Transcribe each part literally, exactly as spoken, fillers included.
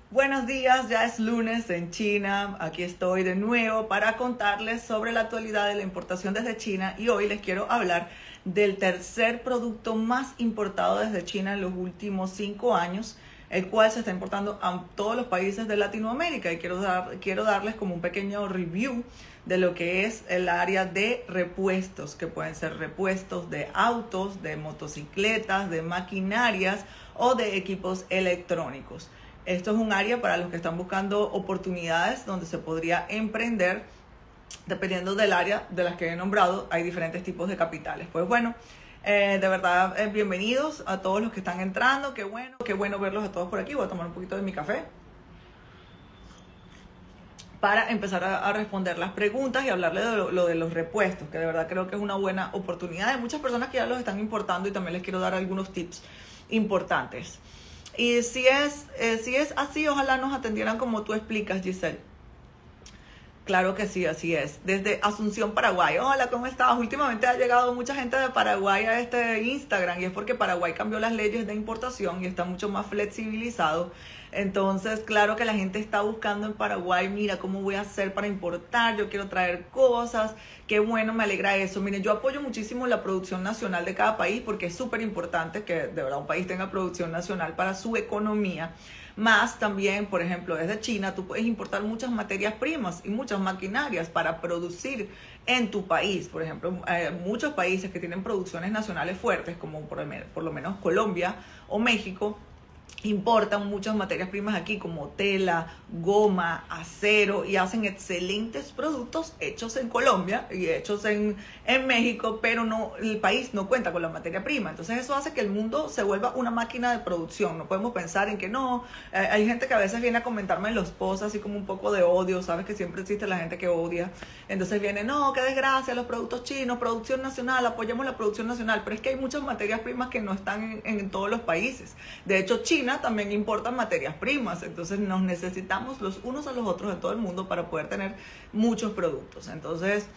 Buenos días, ya es lunes en China. Aquí estoy de nuevo para contarles sobre la actualidad de la importación desde China y hoy les quiero hablar del tercer producto más importado desde China en los últimos cinco años, el cual se está importando a todos los países de Latinoamérica y quiero, dar, quiero darles como un pequeño review de lo que es el área de repuestos, que pueden ser repuestos de autos, de motocicletas, de maquinarias o de equipos electrónicos. Esto es un área para los que están buscando oportunidades donde se podría emprender. Dependiendo del área de las que he nombrado, hay diferentes tipos de capitales. Pues bueno, eh, de verdad, eh, bienvenidos a todos los que están entrando. Qué bueno, qué bueno verlos a todos por aquí. Voy a tomar un poquito de mi café para empezar a, a responder las preguntas y hablarles de lo, lo de los repuestos, que de verdad creo que es una buena oportunidad. Hay muchas personas que ya los están importando y también les quiero dar algunos tips importantes. Y si es, eh, si es así, ojalá nos atendieran como tú explicas, Giselle. Claro que sí, así es. Desde Asunción, Paraguay. Hola, ¿cómo estás? Últimamente ha llegado mucha gente de Paraguay a este Instagram y es porque Paraguay cambió las leyes de importación y está mucho más flexibilizado. Entonces, claro que la gente está buscando en Paraguay, mira, ¿cómo voy a hacer para importar? Yo quiero traer cosas. Qué bueno, me alegra eso. Miren, yo apoyo muchísimo la producción nacional de cada país porque es súper importante que de verdad un país tenga producción nacional para su economía. Más también, por ejemplo, desde China tú puedes importar muchas materias primas y muchas maquinarias para producir en tu país. Por ejemplo, eh, muchos países que tienen producciones nacionales fuertes, como por, por lo menos Colombia o México, importan muchas materias primas aquí como tela, goma, acero y hacen excelentes productos hechos en Colombia y hechos en, en México, pero no, el país no cuenta con la materia prima. Entonces eso hace que el mundo se vuelva una máquina de producción. No podemos pensar en que no, eh, hay gente que a veces viene a comentarme en los posts así como un poco de odio, sabes que siempre existe la gente que odia. Entonces viene, no, qué desgracia, los productos chinos, producción nacional, apoyemos la producción nacional, pero es que hay muchas materias primas que no están en, en todos los países. De hecho, China también importan materias primas, entonces nos necesitamos los unos a los otros en todo el mundo para poder tener muchos productos. Entonces,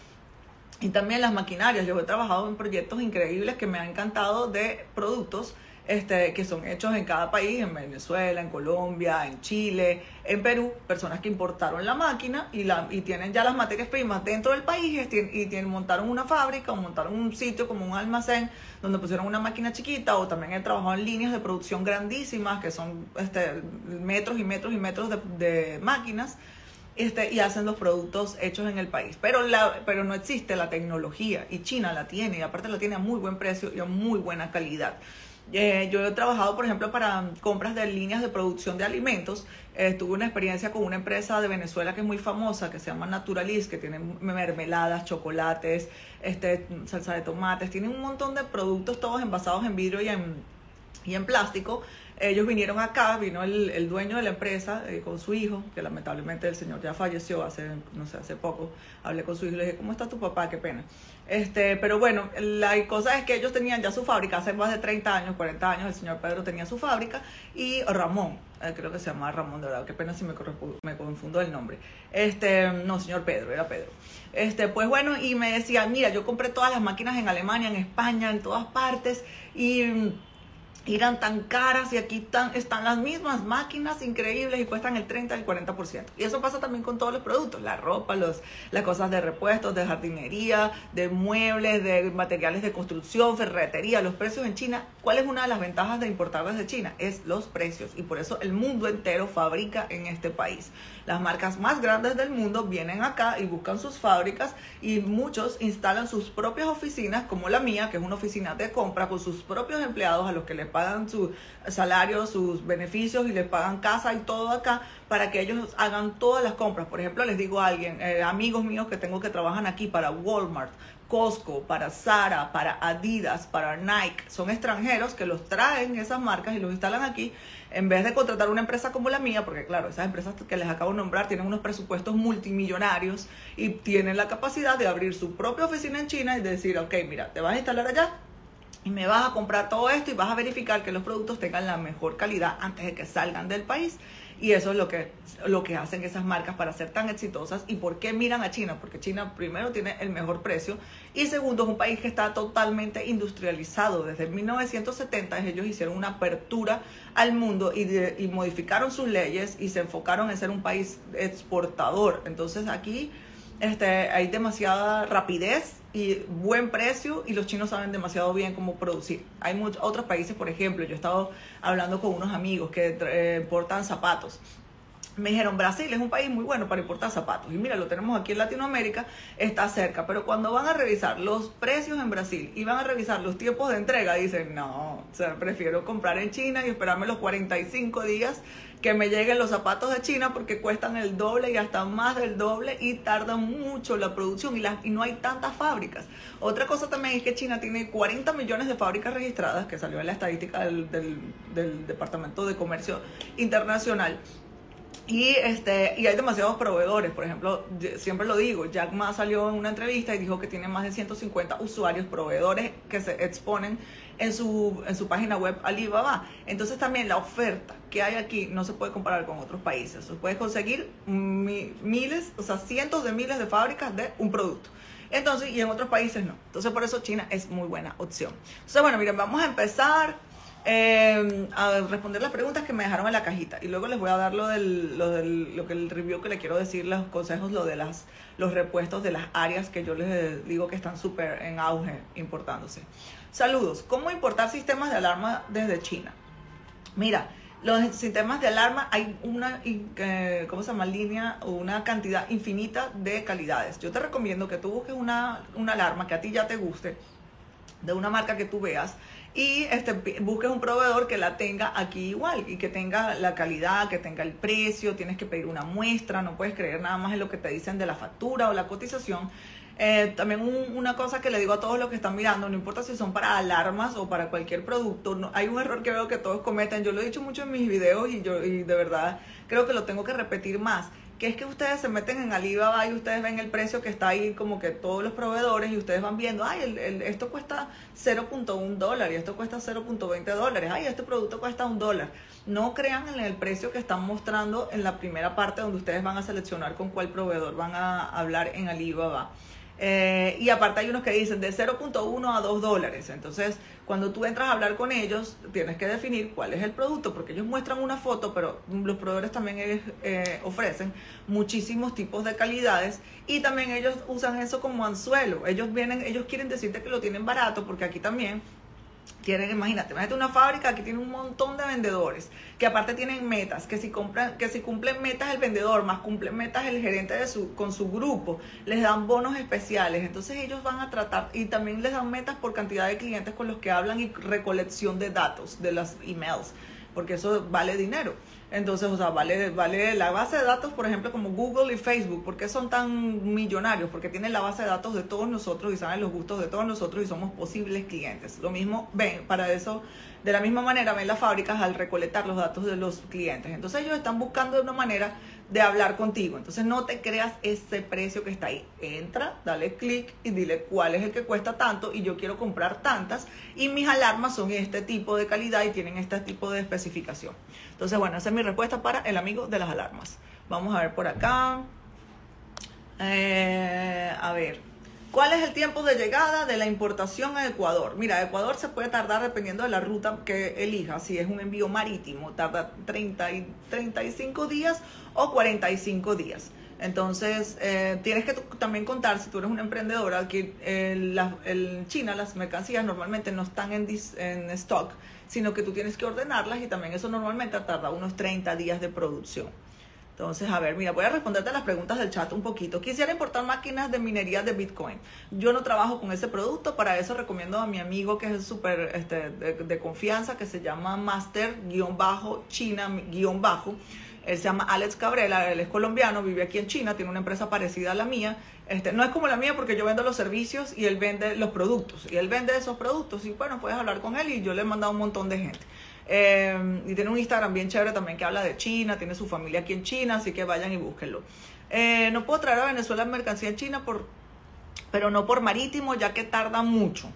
y también las maquinarias, yo he trabajado en proyectos increíbles que me han encantado de productos Este, que son hechos en cada país, en Venezuela, en Colombia, en Chile, en Perú, personas que importaron la máquina y, la, y tienen ya las materias primas dentro del país y, y tienen, montaron una fábrica o montaron un sitio como un almacén donde pusieron una máquina chiquita, o también he trabajado en líneas de producción grandísimas que son este, metros y metros y metros de, de máquinas. Este, y hacen los productos hechos en el país, pero, la, pero no existe la tecnología y China la tiene y aparte la tiene a muy buen precio y a muy buena calidad. Eh, yo he trabajado, por ejemplo, para compras de líneas de producción de alimentos. Eh, tuve una experiencia con una empresa de Venezuela que es muy famosa, que se llama Naturalis, que tiene mermeladas, chocolates, este, salsa de tomates, tienen un montón de productos todos envasados en vidrio y en, y en plástico. Ellos vinieron acá, vino el, el dueño de la empresa eh, con su hijo, que lamentablemente el señor ya falleció hace, no sé, hace poco. Hablé con su hijo y le dije, ¿cómo está tu papá? Qué pena. Este, pero bueno, la cosa es que ellos tenían ya su fábrica hace más de treinta años, cuarenta años. El señor Pedro tenía su fábrica y Ramón, eh, creo que se llama Ramón, de verdad, qué pena si me, me confundo el nombre. Este, no, señor Pedro, era Pedro. Este, pues bueno, y me decía, mira, yo compré todas las máquinas en Alemania, en España, en todas partes y eran tan caras y aquí tan, están las mismas máquinas increíbles y cuestan el treinta y el cuarenta por ciento. Y eso pasa también con todos los productos, la ropa, los, las cosas de repuestos, de jardinería, de muebles, de materiales de construcción, ferretería. Los precios en China, ¿cuál es una de las ventajas de importar desde China? Es los precios y por eso el mundo entero fabrica en este país. Las marcas más grandes del mundo vienen acá y buscan sus fábricas y muchos instalan sus propias oficinas, como la mía, que es una oficina de compra con sus propios empleados a los que les pagan su salario, sus beneficios y les pagan casa y todo acá para que ellos hagan todas las compras. Por ejemplo, les digo a alguien, eh, amigos míos que tengo que trabajan aquí para Walmart, Costco, para Zara, para Adidas, para Nike, son extranjeros que los traen esas marcas y los instalan aquí en vez de contratar una empresa como la mía, porque claro, esas empresas que les acabo de nombrar tienen unos presupuestos multimillonarios y tienen la capacidad de abrir su propia oficina en China y decir, ok, mira, te vas a instalar allá y me vas a comprar todo esto y vas a verificar que los productos tengan la mejor calidad antes de que salgan del país. Y eso es lo que, lo que hacen esas marcas para ser tan exitosas. ¿Y por qué miran a China? Porque China primero tiene el mejor precio y segundo es un país que está totalmente industrializado. Desde mil novecientos setenta ellos hicieron una apertura al mundo y, de, y modificaron sus leyes y se enfocaron en ser un país exportador. Entonces aquí este, hay demasiada rapidez y buen precio y los chinos saben demasiado bien cómo producir. Hay muchos otros países, por ejemplo, yo he estado hablando con unos amigos que eh, importan zapatos. Me dijeron, Brasil es un país muy bueno para importar zapatos. Y mira, lo tenemos aquí en Latinoamérica, está cerca. Pero cuando van a revisar los precios en Brasil y van a revisar los tiempos de entrega, dicen, no, o sea, prefiero comprar en China y esperarme los cuarenta y cinco días que me lleguen los zapatos de China porque cuestan el doble y hasta más del doble y tardan mucho la producción y, las, y no hay tantas fábricas. Otra cosa también es que China tiene cuarenta millones de fábricas registradas, que salió en la estadística del, del, del Departamento de Comercio Internacional. Y, este, y hay demasiados proveedores. Por ejemplo, siempre lo digo, Jack Ma salió en una entrevista y dijo que tiene más de ciento cincuenta usuarios, proveedores que se exponen en su, en su página web Alibaba. Entonces también la oferta que hay aquí no se puede comparar con otros países. O puedes conseguir mi, miles, o sea, cientos de miles de fábricas de un producto. Entonces, y en otros países no. Entonces por eso China es muy buena opción. Entonces, bueno, miren, vamos a empezar Eh, a responder las preguntas que me dejaron en la cajita y luego les voy a dar lo del, lo del lo que el review que le quiero decir, los consejos, lo de las los repuestos de las áreas que yo les digo que están súper en auge importándose. Saludos. ¿Cómo importar sistemas de alarma desde China? Mira, los sistemas de alarma hay una eh, ¿cómo se llama? línea o una cantidad infinita de calidades. Yo te recomiendo que tú busques una, una alarma que a ti ya te guste, de una marca que tú veas, y este, busques un proveedor que la tenga aquí igual y que tenga la calidad, que tenga el precio. Tienes que pedir una muestra, no puedes creer nada más en lo que te dicen de la factura o la cotización. Eh, también un, una cosa que le digo a todos los que están mirando, no importa si son para alarmas o para cualquier producto, no, hay un error que veo que todos cometen. Yo lo he dicho mucho en mis videos y, yo, y de verdad creo que lo tengo que repetir más, que es que ustedes se meten en Alibaba y ustedes ven el precio que está ahí, como que todos los proveedores, y ustedes van viendo, ay, el, el, esto cuesta cero punto uno dólar y esto cuesta cero punto veinte dólares, ay, este producto cuesta un dólar. No crean en el precio que están mostrando en la primera parte donde ustedes van a seleccionar con cuál proveedor van a hablar en Alibaba. Eh, y aparte hay unos que dicen de cero punto uno a dos dólares. Entonces, cuando tú entras a hablar con ellos, tienes que definir cuál es el producto, porque ellos muestran una foto, pero los proveedores también eh, eh, ofrecen muchísimos tipos de calidades y también ellos usan eso como anzuelo. Ellos vienen, ellos quieren decirte que lo tienen barato, porque aquí también quieren, imagínate, imagínate una fábrica que tiene un montón de vendedores, que aparte tienen metas, que si compran, que si cumplen metas el vendedor, más cumplen metas el gerente de su, con su grupo, les dan bonos especiales. Entonces ellos van a tratar, y también les dan metas por cantidad de clientes con los que hablan y recolección de datos de las emails, porque eso vale dinero. Entonces, o sea, vale, vale la base de datos, por ejemplo, como Google y Facebook. ¿Por qué son tan millonarios? Porque tienen la base de datos de todos nosotros y saben los gustos de todos nosotros y somos posibles clientes. Lo mismo, ven, para eso, de la misma manera ven las fábricas al recolectar los datos de los clientes. Entonces ellos están buscando una manera de hablar contigo. Entonces no te creas ese precio que está ahí. Entra, dale clic y dile cuál es el que cuesta tanto y yo quiero comprar tantas y mis alarmas son este tipo de calidad y tienen este tipo de especificación. Entonces, bueno, esa es mi respuesta para el amigo de las alarmas. Vamos a ver por acá. Eh, a ver. ¿Cuál es el tiempo de llegada de la importación a Ecuador? Mira, Ecuador se puede tardar dependiendo de la ruta que elija. Si es un envío marítimo, tarda treinta y, treinta y cinco días o cuarenta y cinco días. Entonces, eh, tienes que también contar, si tú eres una emprendedora, que en la, en China las mercancías normalmente no están en, dis, en stock, sino que tú tienes que ordenarlas y también eso normalmente tarda unos treinta días de producción. Entonces, a ver, mira, voy a responderte a las preguntas del chat un poquito. Quisiera importar máquinas de minería de Bitcoin. Yo no trabajo con ese producto, para eso recomiendo a mi amigo que es súper este, de, de confianza, que se llama Master-China-. Él se llama Alex Cabrera, él es colombiano, vive aquí en China, tiene una empresa parecida a la mía. Este, no es como la mía porque yo vendo los servicios y él vende los productos. Y él vende esos productos y bueno, puedes hablar con él y yo le he mandado un montón de gente. Eh, y tiene un Instagram bien chévere también que habla de China, tiene su familia aquí en China, así que vayan y búsquenlo. Eh, no puedo traer a Venezuela mercancía en China, por, pero no por marítimo, ya que tarda mucho.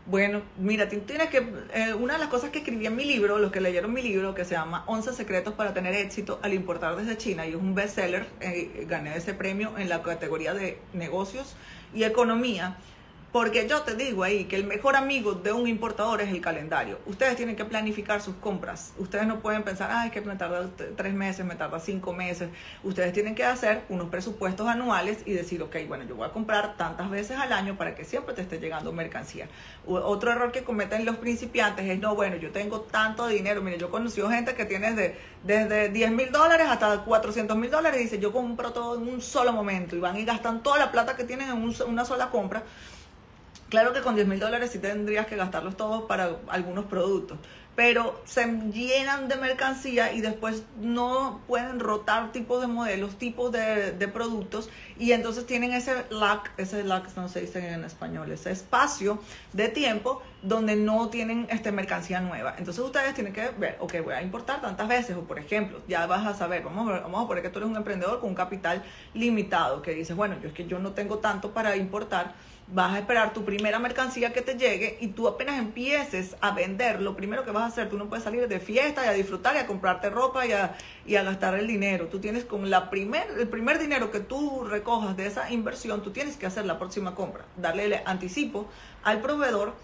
Bueno, mira, tú tienes que, eh, una de las cosas que escribí en mi libro, los que leyeron mi libro, que se llama once secretos para tener éxito al importar desde China, y es un bestseller, eh, gané ese premio en la categoría de negocios y economía, porque yo te digo ahí que el mejor amigo de un importador es el calendario. Ustedes tienen que planificar sus compras. Ustedes no pueden pensar, ah, es que me tarda tres meses, me tarda cinco meses. Ustedes tienen que hacer unos presupuestos anuales y decir, ok, bueno, yo voy a comprar tantas veces al año para que siempre te esté llegando mercancía. Otro error que cometen los principiantes es, no, bueno, yo tengo tanto dinero. Mire, yo he conocido gente que tiene desde, desde diez mil dólares hasta cuatrocientos mil dólares y dice, yo compro todo en un solo momento, y van y gastan toda la plata que tienen en un, una sola compra. Claro que con diez mil dólares sí tendrías que gastarlos todos para algunos productos, pero se llenan de mercancía y después no pueden rotar tipos de modelos, tipos de, de productos, y entonces tienen ese lack, ese lack no se dice en español, ese espacio de tiempo donde no tienen este, mercancía nueva. Entonces ustedes tienen que ver, ok, voy a importar tantas veces, o por ejemplo, ya vas a saber, vamos a, ver, vamos a poner que tú eres un emprendedor con un capital limitado, que dices, bueno, yo es que yo no tengo tanto para importar. Vas a esperar tu primera mercancía que te llegue, y tú apenas empieces a vender, lo primero que vas a hacer, tú no puedes salir de fiesta y a disfrutar y a comprarte ropa y a, y a gastar el dinero. Tú tienes con la primer, el primer dinero que tú recojas de esa inversión, tú tienes que hacer la próxima compra, darle el anticipo al proveedor.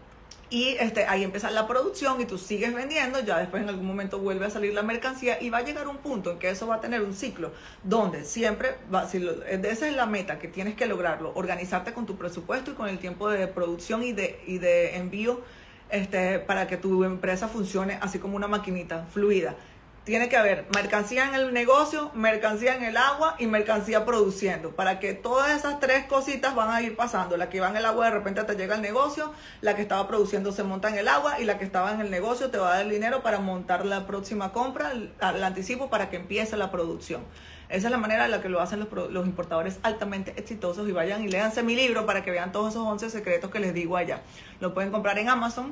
Y este, ahí empieza la producción y tú sigues vendiendo, ya después en algún momento vuelve a salir la mercancía y va a llegar un punto en que eso va a tener un ciclo donde siempre, va, si lo, esa es la meta que tienes que lograrlo, organizarte con tu presupuesto y con el tiempo de producción y de, y de envío este, para que tu empresa funcione así como una maquinita fluida. Tiene que haber mercancía en el negocio, mercancía en el agua y mercancía produciendo. Para que todas esas tres cositas van a ir pasando. La que va en el agua de repente te llega al negocio, la que estaba produciendo se monta en el agua, y la que estaba en el negocio te va a dar el dinero para montar la próxima compra, el, el anticipo para que empiece la producción. Esa es la manera en la que lo hacen los, los importadores altamente exitosos. Y vayan y léanse mi libro para que vean todos esos once secretos que les digo allá. Lo pueden comprar en Amazon,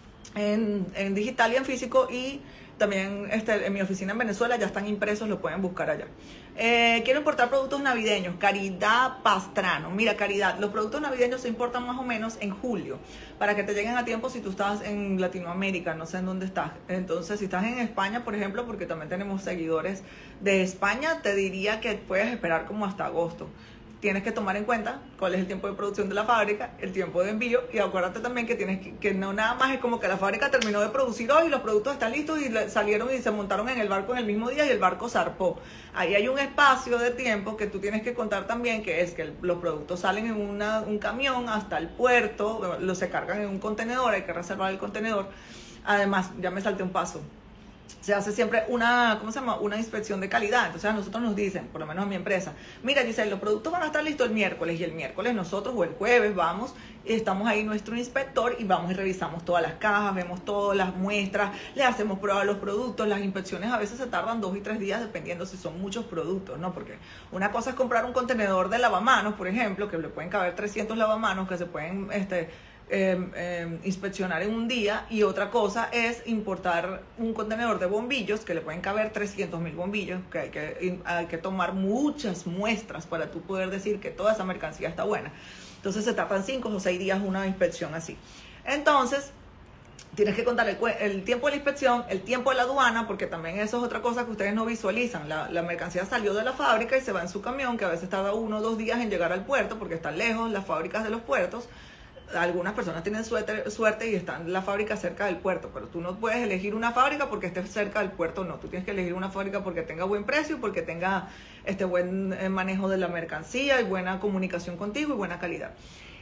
en, en digital y en físico, y también este, en mi oficina en Venezuela ya están impresos, lo pueden buscar allá. Eh, quiero importar productos navideños. Caridad Pastrano. Mira, Caridad, los productos navideños se importan más o menos en julio, para que te lleguen a tiempo si tú estás en Latinoamérica, no sé en dónde estás. Entonces, si estás en España, por ejemplo, porque también tenemos seguidores de España, te diría que puedes esperar como hasta agosto. Tienes que tomar en cuenta cuál es el tiempo de producción de la fábrica, el tiempo de envío, y acuérdate también que tienes que, que no nada más es como que la fábrica terminó de producir hoy, los productos están listos y le, salieron y se montaron en el barco en el mismo día y el barco zarpó. Ahí hay un espacio de tiempo que tú tienes que contar también, que es que el, los productos salen en una, un camión hasta el puerto, los se cargan en un contenedor, hay que reservar el contenedor. Además, ya me salté un paso. Se hace siempre una, ¿cómo se llama? Una inspección de calidad. Entonces a nosotros nos dicen, por lo menos a mi empresa, mira Giselle, los productos van a estar listos el miércoles, y el miércoles nosotros o el jueves vamos, y estamos ahí nuestro inspector y vamos y revisamos todas las cajas, vemos todas las muestras, le hacemos pruebas a los productos. Las inspecciones a veces se tardan dos y tres días dependiendo si son muchos productos, ¿no? Porque una cosa es comprar un contenedor de lavamanos, por ejemplo, que le pueden caber trescientos lavamanos que se pueden este, Eh, eh, inspeccionar en un día, y otra cosa es importar un contenedor de bombillos que le pueden caber trescientos mil bombillos, que hay que, hay que tomar muchas muestras para tú poder decir que toda esa mercancía está buena. Entonces se tardan cinco o seis días una inspección así. Entonces tienes que contar el, el tiempo de la inspección, el tiempo de la aduana, porque también eso es otra cosa que ustedes no visualizan. La, la mercancía salió de la fábrica y se va en su camión, que a veces tarda uno o dos días en llegar al puerto porque están lejos las fábricas de los puertos. Algunas personas tienen suerte, suerte y están la fábrica cerca del puerto, pero tú no puedes elegir una fábrica porque esté cerca del puerto, no. Tú tienes que elegir una fábrica porque tenga buen precio, porque tenga este buen manejo de la mercancía y buena comunicación contigo y buena calidad.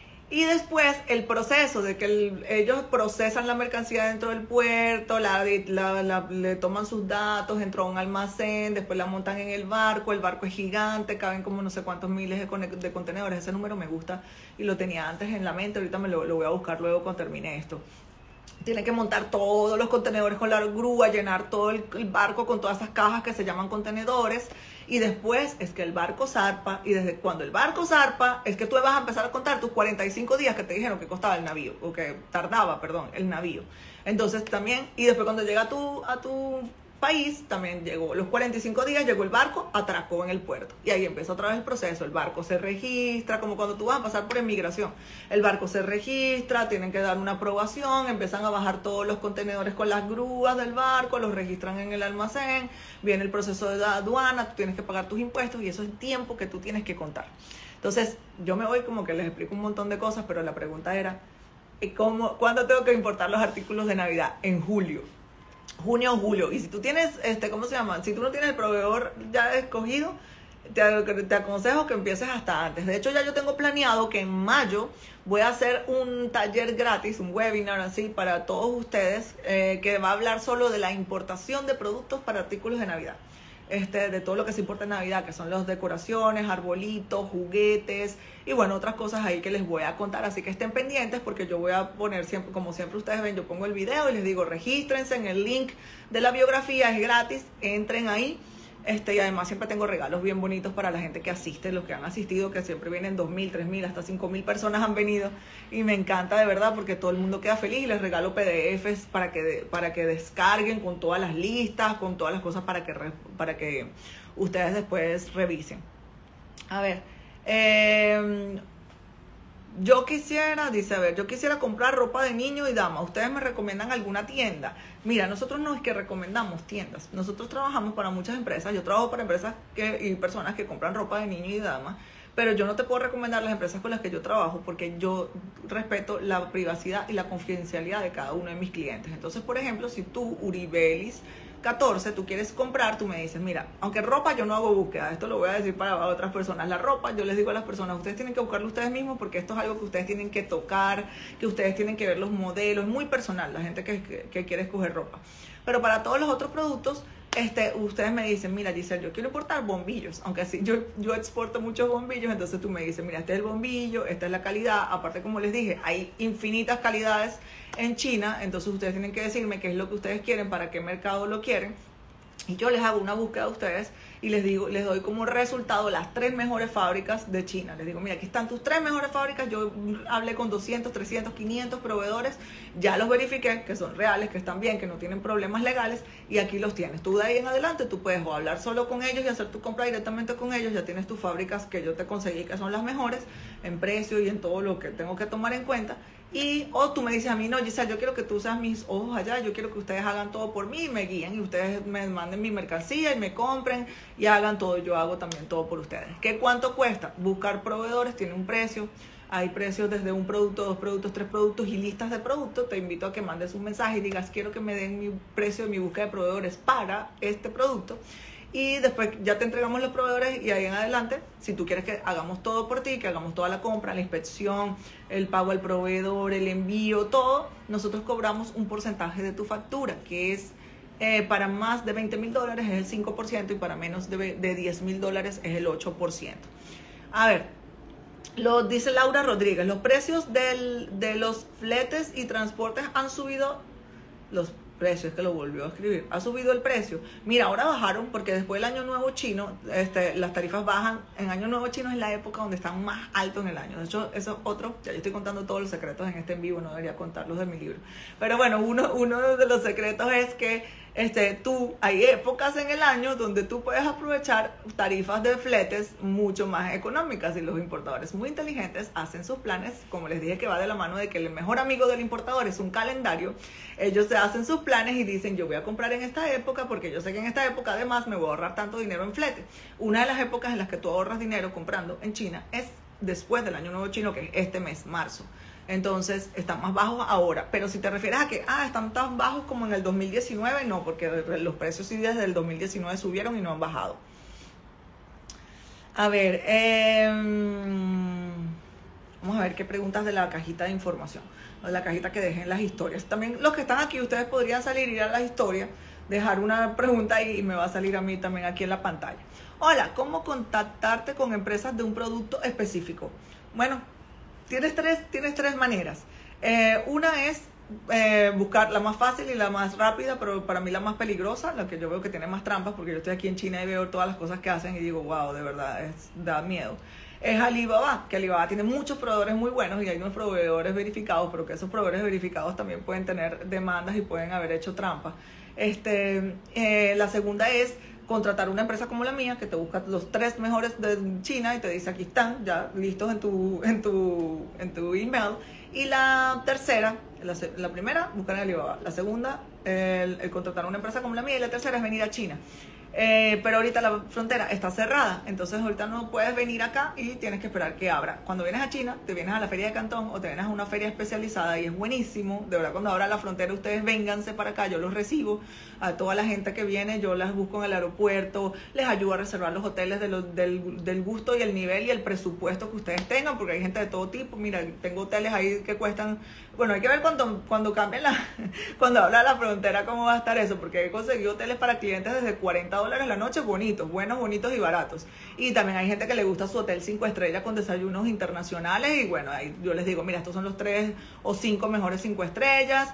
Y después el proceso de que el, ellos procesan la mercancía dentro del puerto, la, la, la, le toman sus datos, entró a un almacén, después la montan en el barco, el barco es gigante, caben como no sé cuántos miles de, de contenedores. Ese número me gusta y lo tenía antes en la mente, ahorita me lo, lo voy a buscar luego cuando termine esto. Tienen que montar todos los contenedores con la grúa, llenar todo el, el barco con todas esas cajas que se llaman contenedores. Y después es que el barco zarpa, y desde cuando el barco zarpa es que tú vas a empezar a contar tus cuarenta y cinco días que te dijeron que costaba el navío, o que tardaba, perdón, el navío. Entonces también, y después cuando llega a tu, a tu país, también llegó, los cuarenta y cinco días llegó el barco, atracó en el puerto. Y ahí empieza otra vez el proceso. El barco se registra, como cuando tú vas a pasar por inmigración. El barco se registra, tienen que dar una aprobación, empiezan a bajar todos los contenedores con las grúas del barco, los registran en el almacén, viene el proceso de la aduana, tú tienes que pagar tus impuestos y eso es tiempo que tú tienes que contar. Entonces, yo me voy como que les explico un montón de cosas, pero la pregunta era, ¿cómo, ¿cuándo tengo que importar los artículos de Navidad? En julio. Junio o julio. Y si tú tienes, este, ¿cómo se llama? Si tú no tienes el proveedor ya escogido, te, te aconsejo que empieces hasta antes. De hecho, ya yo tengo planeado que en mayo voy a hacer un taller gratis, un webinar así para todos ustedes, eh, que va a hablar solo de la importación de productos para artículos de Navidad. Este, de todo lo que se importa en Navidad, que son las decoraciones, arbolitos, juguetes y bueno, otras cosas ahí que les voy a contar, así que estén pendientes porque yo voy a poner siempre, como siempre ustedes ven, yo pongo el video y les digo, regístrense en el link de la biografía, es gratis, entren ahí. Este, y además siempre tengo regalos bien bonitos para la gente que asiste, los que han asistido, que siempre vienen dos mil, tres mil, hasta cinco mil personas han venido y me encanta de verdad porque todo el mundo queda feliz y les regalo P D Efes para que, para que descarguen con todas las listas, con todas las cosas para que, para que ustedes después revisen. A ver, eh, yo quisiera, dice, a ver, yo quisiera comprar ropa de niño y dama. ¿Ustedes me recomiendan alguna tienda? Mira, nosotros no es que recomendamos tiendas. Nosotros trabajamos para muchas empresas. Yo trabajo para empresas que, y personas que compran ropa de niño y dama. Pero yo no te puedo recomendar las empresas con las que yo trabajo porque yo respeto la privacidad y la confidencialidad de cada uno de mis clientes. Entonces, por ejemplo, si tú, Uribelis catorce, tú quieres comprar, tú me dices, mira, aunque ropa yo no hago búsqueda, esto lo voy a decir para otras personas, la ropa yo les digo a las personas, ustedes tienen que buscarlo ustedes mismos porque esto es algo que ustedes tienen que tocar, que ustedes tienen que ver los modelos, es muy personal la gente que, que, que quiere escoger ropa. Pero para todos los otros productos, este, ustedes me dicen, mira Giselle, yo quiero importar bombillos, aunque así yo, yo exporto muchos bombillos, entonces tú me dices, mira, este es el bombillo, esta es la calidad, aparte como les dije, hay infinitas calidades en China, entonces ustedes tienen que decirme qué es lo que ustedes quieren, para qué mercado lo quieren, y yo les hago una búsqueda a ustedes y les digo, les doy como resultado las tres mejores fábricas de China. Les digo, mira, aquí están tus tres mejores fábricas. Yo hablé con doscientos, trescientos, quinientos proveedores, ya los verifiqué, que son reales, que están bien, que no tienen problemas legales, y aquí los tienes. Tú de ahí en adelante, tú puedes o hablar solo con ellos y hacer tu compra directamente con ellos. Ya tienes tus fábricas que yo te conseguí, que son las mejores en precio y en todo lo que tengo que tomar en cuenta. Y o tú me dices a mí, no, Giselle, yo quiero que tú seas mis ojos allá, yo quiero que ustedes hagan todo por mí y me guíen y ustedes me manden mi mercancía y me compren y hagan todo, yo hago también todo por ustedes. ¿Qué cuánto cuesta? Buscar proveedores tiene un precio, hay precios desde un producto, dos productos, tres productos y listas de productos. Te invito a que mandes un mensaje y digas, quiero que me den mi precio de mi búsqueda de proveedores para este producto. Y después ya te entregamos los proveedores y ahí en adelante, si tú quieres que hagamos todo por ti, que hagamos toda la compra, la inspección, el pago al proveedor, el envío, todo, nosotros cobramos un porcentaje de tu factura, que es eh, para más de veinte mil dólares es el cinco por ciento y para menos de, de diez mil dólares es el ocho por ciento. A ver, lo dice Laura Rodríguez, los precios del, de los fletes y transportes han subido, los precios, que lo volvió a escribir, ha subido el precio. Mira, ahora bajaron porque después del año nuevo chino, este, las tarifas bajan. En año nuevo chino es la época donde están más altos en el año. De hecho, eso es otro, ya yo estoy contando todos los secretos en este en vivo, no debería contarlos de mi libro. Pero bueno, uno, uno de los secretos es que este, tú, hay épocas en el año donde tú puedes aprovechar tarifas de fletes mucho más económicas y los importadores muy inteligentes hacen sus planes, como les dije que va de la mano de que el mejor amigo del importador es un calendario. Ellos se hacen sus planes y dicen, yo voy a comprar en esta época porque yo sé que en esta época además me voy a ahorrar tanto dinero en flete. Una de las épocas en las que tú ahorras dinero comprando en China es después del año nuevo chino, que es este mes, marzo. Entonces están más bajos ahora, pero si te refieres a que ah, están tan bajos como en el dos mil diecinueve, no, porque los precios sí desde el dos mil diecinueve subieron y no han bajado. A ver, eh, vamos a ver qué preguntas de la cajita de información, de la cajita que dejen las historias. También los que están aquí, ustedes podrían salir, ir a las historias, dejar una pregunta y me va a salir a mí también aquí en la pantalla. Hola, ¿cómo contactarte con empresas de un producto específico? Bueno, Tienes tres, tienes tres maneras. Eh, una es eh, buscar la más fácil y la más rápida, pero para mí la más peligrosa, la que yo veo que tiene más trampas, porque yo estoy aquí en China y veo todas las cosas que hacen y digo, wow, de verdad, es, da miedo. Es Alibaba, que Alibaba tiene muchos proveedores muy buenos y hay unos proveedores verificados, pero que esos proveedores verificados también pueden tener demandas y pueden haber hecho trampas. Este, eh, la segunda es contratar una empresa como la mía que te busca los tres mejores de China y te dice aquí están ya listos en tu, en tu, en tu email. Y la tercera, la, la primera, buscar en Alibaba. La segunda, el, el contratar una empresa como la mía. Y la tercera es venir a China. Eh, pero ahorita la frontera está cerrada, entonces ahorita no puedes venir acá y tienes que esperar que abra. Cuando vienes a China, te vienes a la feria de Cantón o te vienes a una feria especializada y es buenísimo. De verdad, cuando abra la frontera, ustedes vénganse para acá, yo los recibo. A toda la gente que viene, yo las busco en el aeropuerto, les ayudo a reservar los hoteles de los, del, del gusto y el nivel y el presupuesto que ustedes tengan, porque hay gente de todo tipo. Mira, tengo hoteles ahí que cuestan, bueno, hay que ver cuando, cuando cambien la, cuando abra la frontera cómo va a estar eso, porque he conseguido hoteles para clientes desde cuarenta dólares la noche, bonitos, buenos, bonitos y baratos. Y también hay gente que le gusta su hotel cinco estrellas con desayunos internacionales y bueno, ahí yo les digo, mira, estos son los tres o cinco mejores cinco estrellas.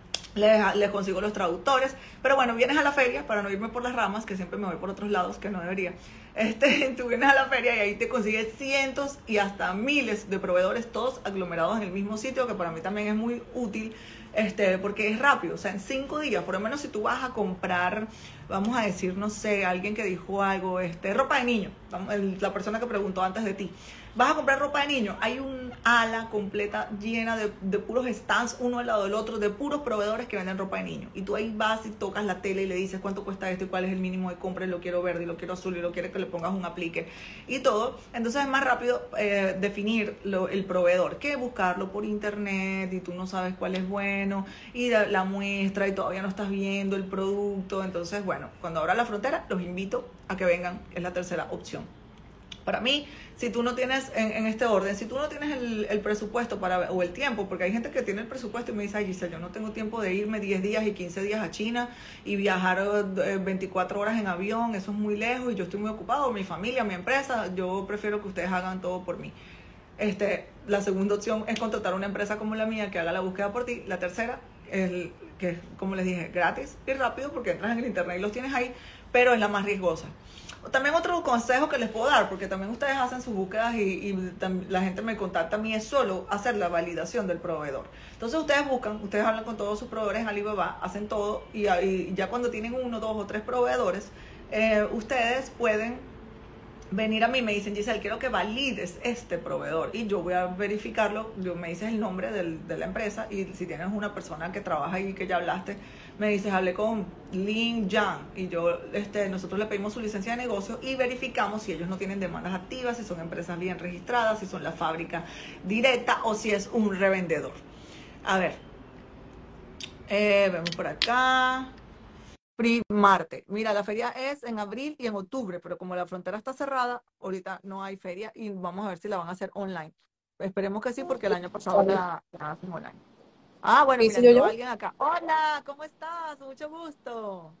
Les, les consigo los traductores, pero bueno, vienes a la feria, para no irme por las ramas, que siempre me voy por otros lados, que no debería. Este, tú vienes a la feria y ahí te consigues cientos y hasta miles de proveedores, todos aglomerados en el mismo sitio, que para mí también es muy útil, este, porque es rápido, o sea, en cinco días, por lo menos si tú vas a comprar, vamos a decir, no sé, alguien que dijo algo, este, ropa de niño, la persona que preguntó antes de ti, vas a comprar ropa de niño, hay un ala completa llena de, de puros stands, uno al lado del otro, de puros proveedores que venden ropa de niño. Y tú ahí vas y tocas la tele y le dices cuánto cuesta esto y cuál es el mínimo de compra y lo quiero verde y lo quiero azul y lo quiero que le pongas un aplique y todo. Entonces es más rápido eh, definir lo, el proveedor que buscarlo por internet y tú no sabes cuál es bueno y la, la muestra y todavía no estás viendo el producto. Entonces, bueno, cuando abra la frontera los invito a que vengan, es la tercera opción. Para mí, si tú no tienes, en, en este orden, si tú no tienes el, el presupuesto para o el tiempo, porque hay gente que tiene el presupuesto y me dice, ay Giselle, yo no tengo tiempo de irme diez días y quince días a China y viajar eh, veinticuatro horas en avión, eso es muy lejos y yo estoy muy ocupado, mi familia, mi empresa, yo prefiero que ustedes hagan todo por mí. Este, la segunda opción es contratar una empresa como la mía que haga la búsqueda por ti. La tercera, es, que como les dije, gratis y rápido porque entras en el internet y los tienes ahí, pero es la más riesgosa. También otro consejo que les puedo dar, porque también ustedes hacen sus búsquedas y, y la gente me contacta a mí, es solo hacer la validación del proveedor. Entonces ustedes buscan, ustedes hablan con todos sus proveedores en Alibaba, hacen todo y, y ya cuando tienen uno, dos o tres proveedores, eh, ustedes pueden venir a mí, me dicen, Giselle, quiero que valides este proveedor y yo voy a verificarlo, yo me dices el nombre del, de la empresa y si tienes una persona que trabaja ahí que ya hablaste, me dices, hablé con Lin Yang y yo, este, nosotros le pedimos su licencia de negocio y verificamos si ellos no tienen demandas activas, si son empresas bien registradas, si son la fábrica directa o si es un revendedor. A ver, eh, vemos por acá. Free Marte. Mira, la feria es en abril y en octubre, pero como la frontera está cerrada, ahorita no hay feria y vamos a ver si la van a hacer online. Esperemos que sí, porque el año pasado la, la hacen online. Ah, bueno, mira, ¿Sí, yo, entró yo? alguien acá. Hola, ¿cómo estás? Mucho gusto.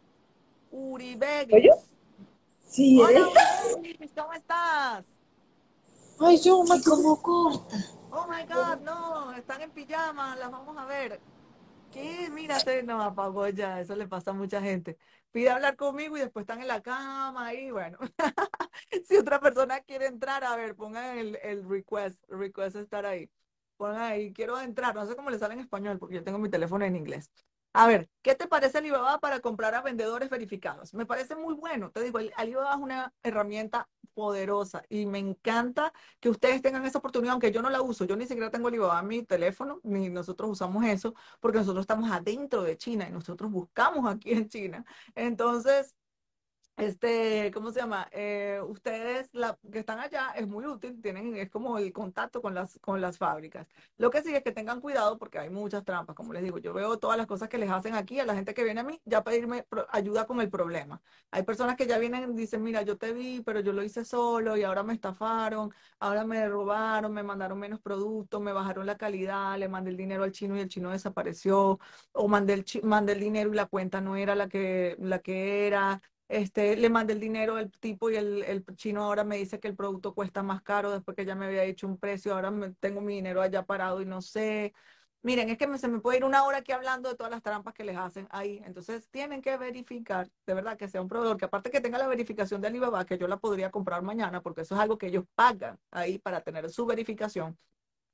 ¿Soy yo? Uribegis. Sí, eres. Hola, Uribegis, ¿cómo estás? Ay, yo, ma, como corta. Oh my God, no, están en pijama, las vamos a ver. ¿Qué? Mira, se nos apagó ya, eso le pasa a mucha gente. Pide hablar conmigo y después están en la cama y bueno. Si otra persona quiere entrar, a ver, pongan el, el request, request estar ahí. Pongan ahí, quiero entrar, no sé cómo le sale en español porque yo tengo mi teléfono en inglés. A ver, ¿qué te parece Alibaba para comprar a vendedores verificados? Me parece muy bueno, te digo, el Alibaba es una herramienta poderosa y me encanta que ustedes tengan esa oportunidad, aunque yo no la uso, yo ni siquiera tengo Alibaba en mi teléfono, ni nosotros usamos eso, porque nosotros estamos adentro de China y nosotros buscamos aquí en China. Entonces, este, ¿cómo se llama? Eh, ustedes la, que están allá es muy útil, tienen, es como el contacto con las, con las fábricas. Lo que sí es que tengan cuidado porque hay muchas trampas, como les digo, yo veo todas las cosas que les hacen aquí a la gente que viene a mí, ya pedirme pro- ayuda con el problema. Hay personas que ya vienen y dicen, mira, yo te vi, pero yo lo hice solo y ahora me estafaron, ahora me robaron, me mandaron menos productos, me bajaron la calidad, le mandé el dinero al chino y el chino desapareció, o mandé el, chi- mandé el dinero y la cuenta no era la que, la que era. Este, le mandé el dinero al tipo y el, el chino ahora me dice que el producto cuesta más caro después que ya me había dicho un precio, ahora me, tengo mi dinero allá parado y no sé. Miren, es que me, se me puede ir una hora aquí hablando de todas las trampas que les hacen ahí. Entonces tienen que verificar, de verdad, que sea un proveedor, que aparte que tenga la verificación de Alibaba, que yo la podría comprar mañana, porque eso es algo que ellos pagan ahí para tener su verificación.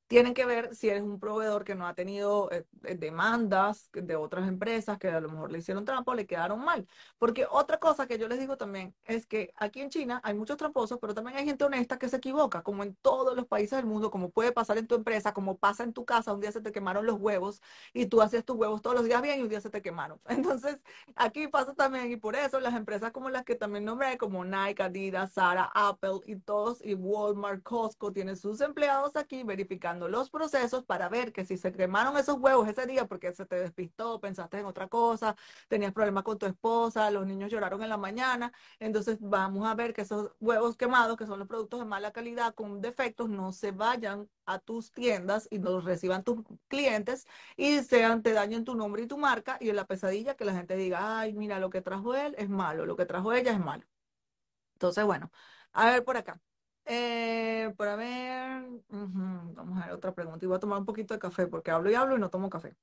tienen que ver si eres un proveedor que no ha tenido eh, eh, demandas de otras empresas que a lo mejor le hicieron trampa o le quedaron mal. Porque otra cosa que yo les digo también es que aquí en China hay muchos tramposos, pero también hay gente honesta que se equivoca, como en todos los países del mundo, como puede pasar en tu empresa, como pasa en tu casa, un día se te quemaron los huevos y tú hacías tus huevos todos los días bien y un día se te quemaron. Entonces, aquí pasa también y por eso las empresas como las que también nombré, como Nike, Adidas, Zara, Apple y todos, y Walmart, Costco, tienen sus empleados aquí verificando los procesos para ver que si se quemaron esos huevos ese día porque se te despistó, pensaste en otra cosa, tenías problemas con tu esposa, los niños lloraron en la mañana, entonces vamos a ver que esos huevos quemados, que son los productos de mala calidad con defectos, no se vayan a tus tiendas y los reciban tus clientes y sean, te dañen tu nombre y tu marca y en la pesadilla que la gente diga, ay, mira, lo que trajo él es malo, lo que trajo ella es malo. Entonces, bueno, a ver por acá. Eh, para ver, ujú, vamos a ver otra pregunta. Y voy a tomar un poquito de café porque hablo y hablo y no tomo café.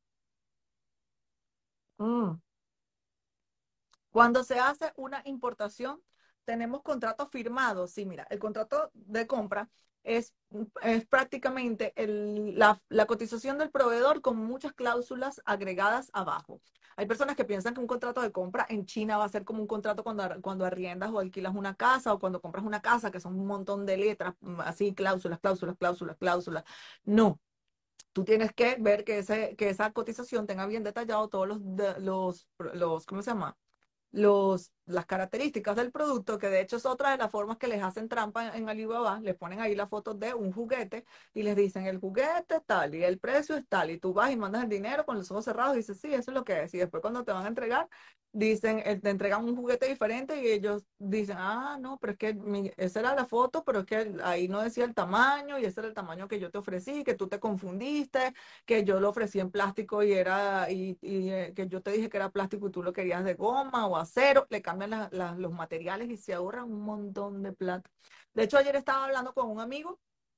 Mm. Cuando se hace una importación, tenemos contratos firmados. Sí, mira, el contrato de compra es, es prácticamente el- la, la cotización del proveedor con muchas cláusulas agregadas abajo. Hay personas que piensan que un contrato de compra en China va a ser como un contrato cuando, ar- cuando arriendas o alquilas una casa o cuando compras una casa, que son un montón de letras, mm, así, cláusulas, cláusulas, cláusulas, cláusulas. No, tú tienes que ver que, ese, que esa cotización tenga bien detallado todos los, de- los, los, ¿cómo se llama? Los, las características del producto, que de hecho es otra de las formas que les hacen trampa en, en Alibaba, les ponen ahí la foto de un juguete y les dicen el juguete es tal y el precio es tal y tú vas y mandas el dinero con los ojos cerrados y dices sí, eso es lo que es y después cuando te van a entregar dicen, eh, te entregan un juguete diferente y ellos dicen, ah, no, pero es que mi, esa era la foto, pero es que ahí no decía el tamaño y ese era el tamaño que yo te ofrecí, que tú te confundiste, que yo lo ofrecí en plástico y era, y, y eh, que yo te dije que era plástico y tú lo querías de goma o acero, le cambian la- la- los materiales y se ahorran un montón de plata. De hecho, ayer estaba hablando con un amigo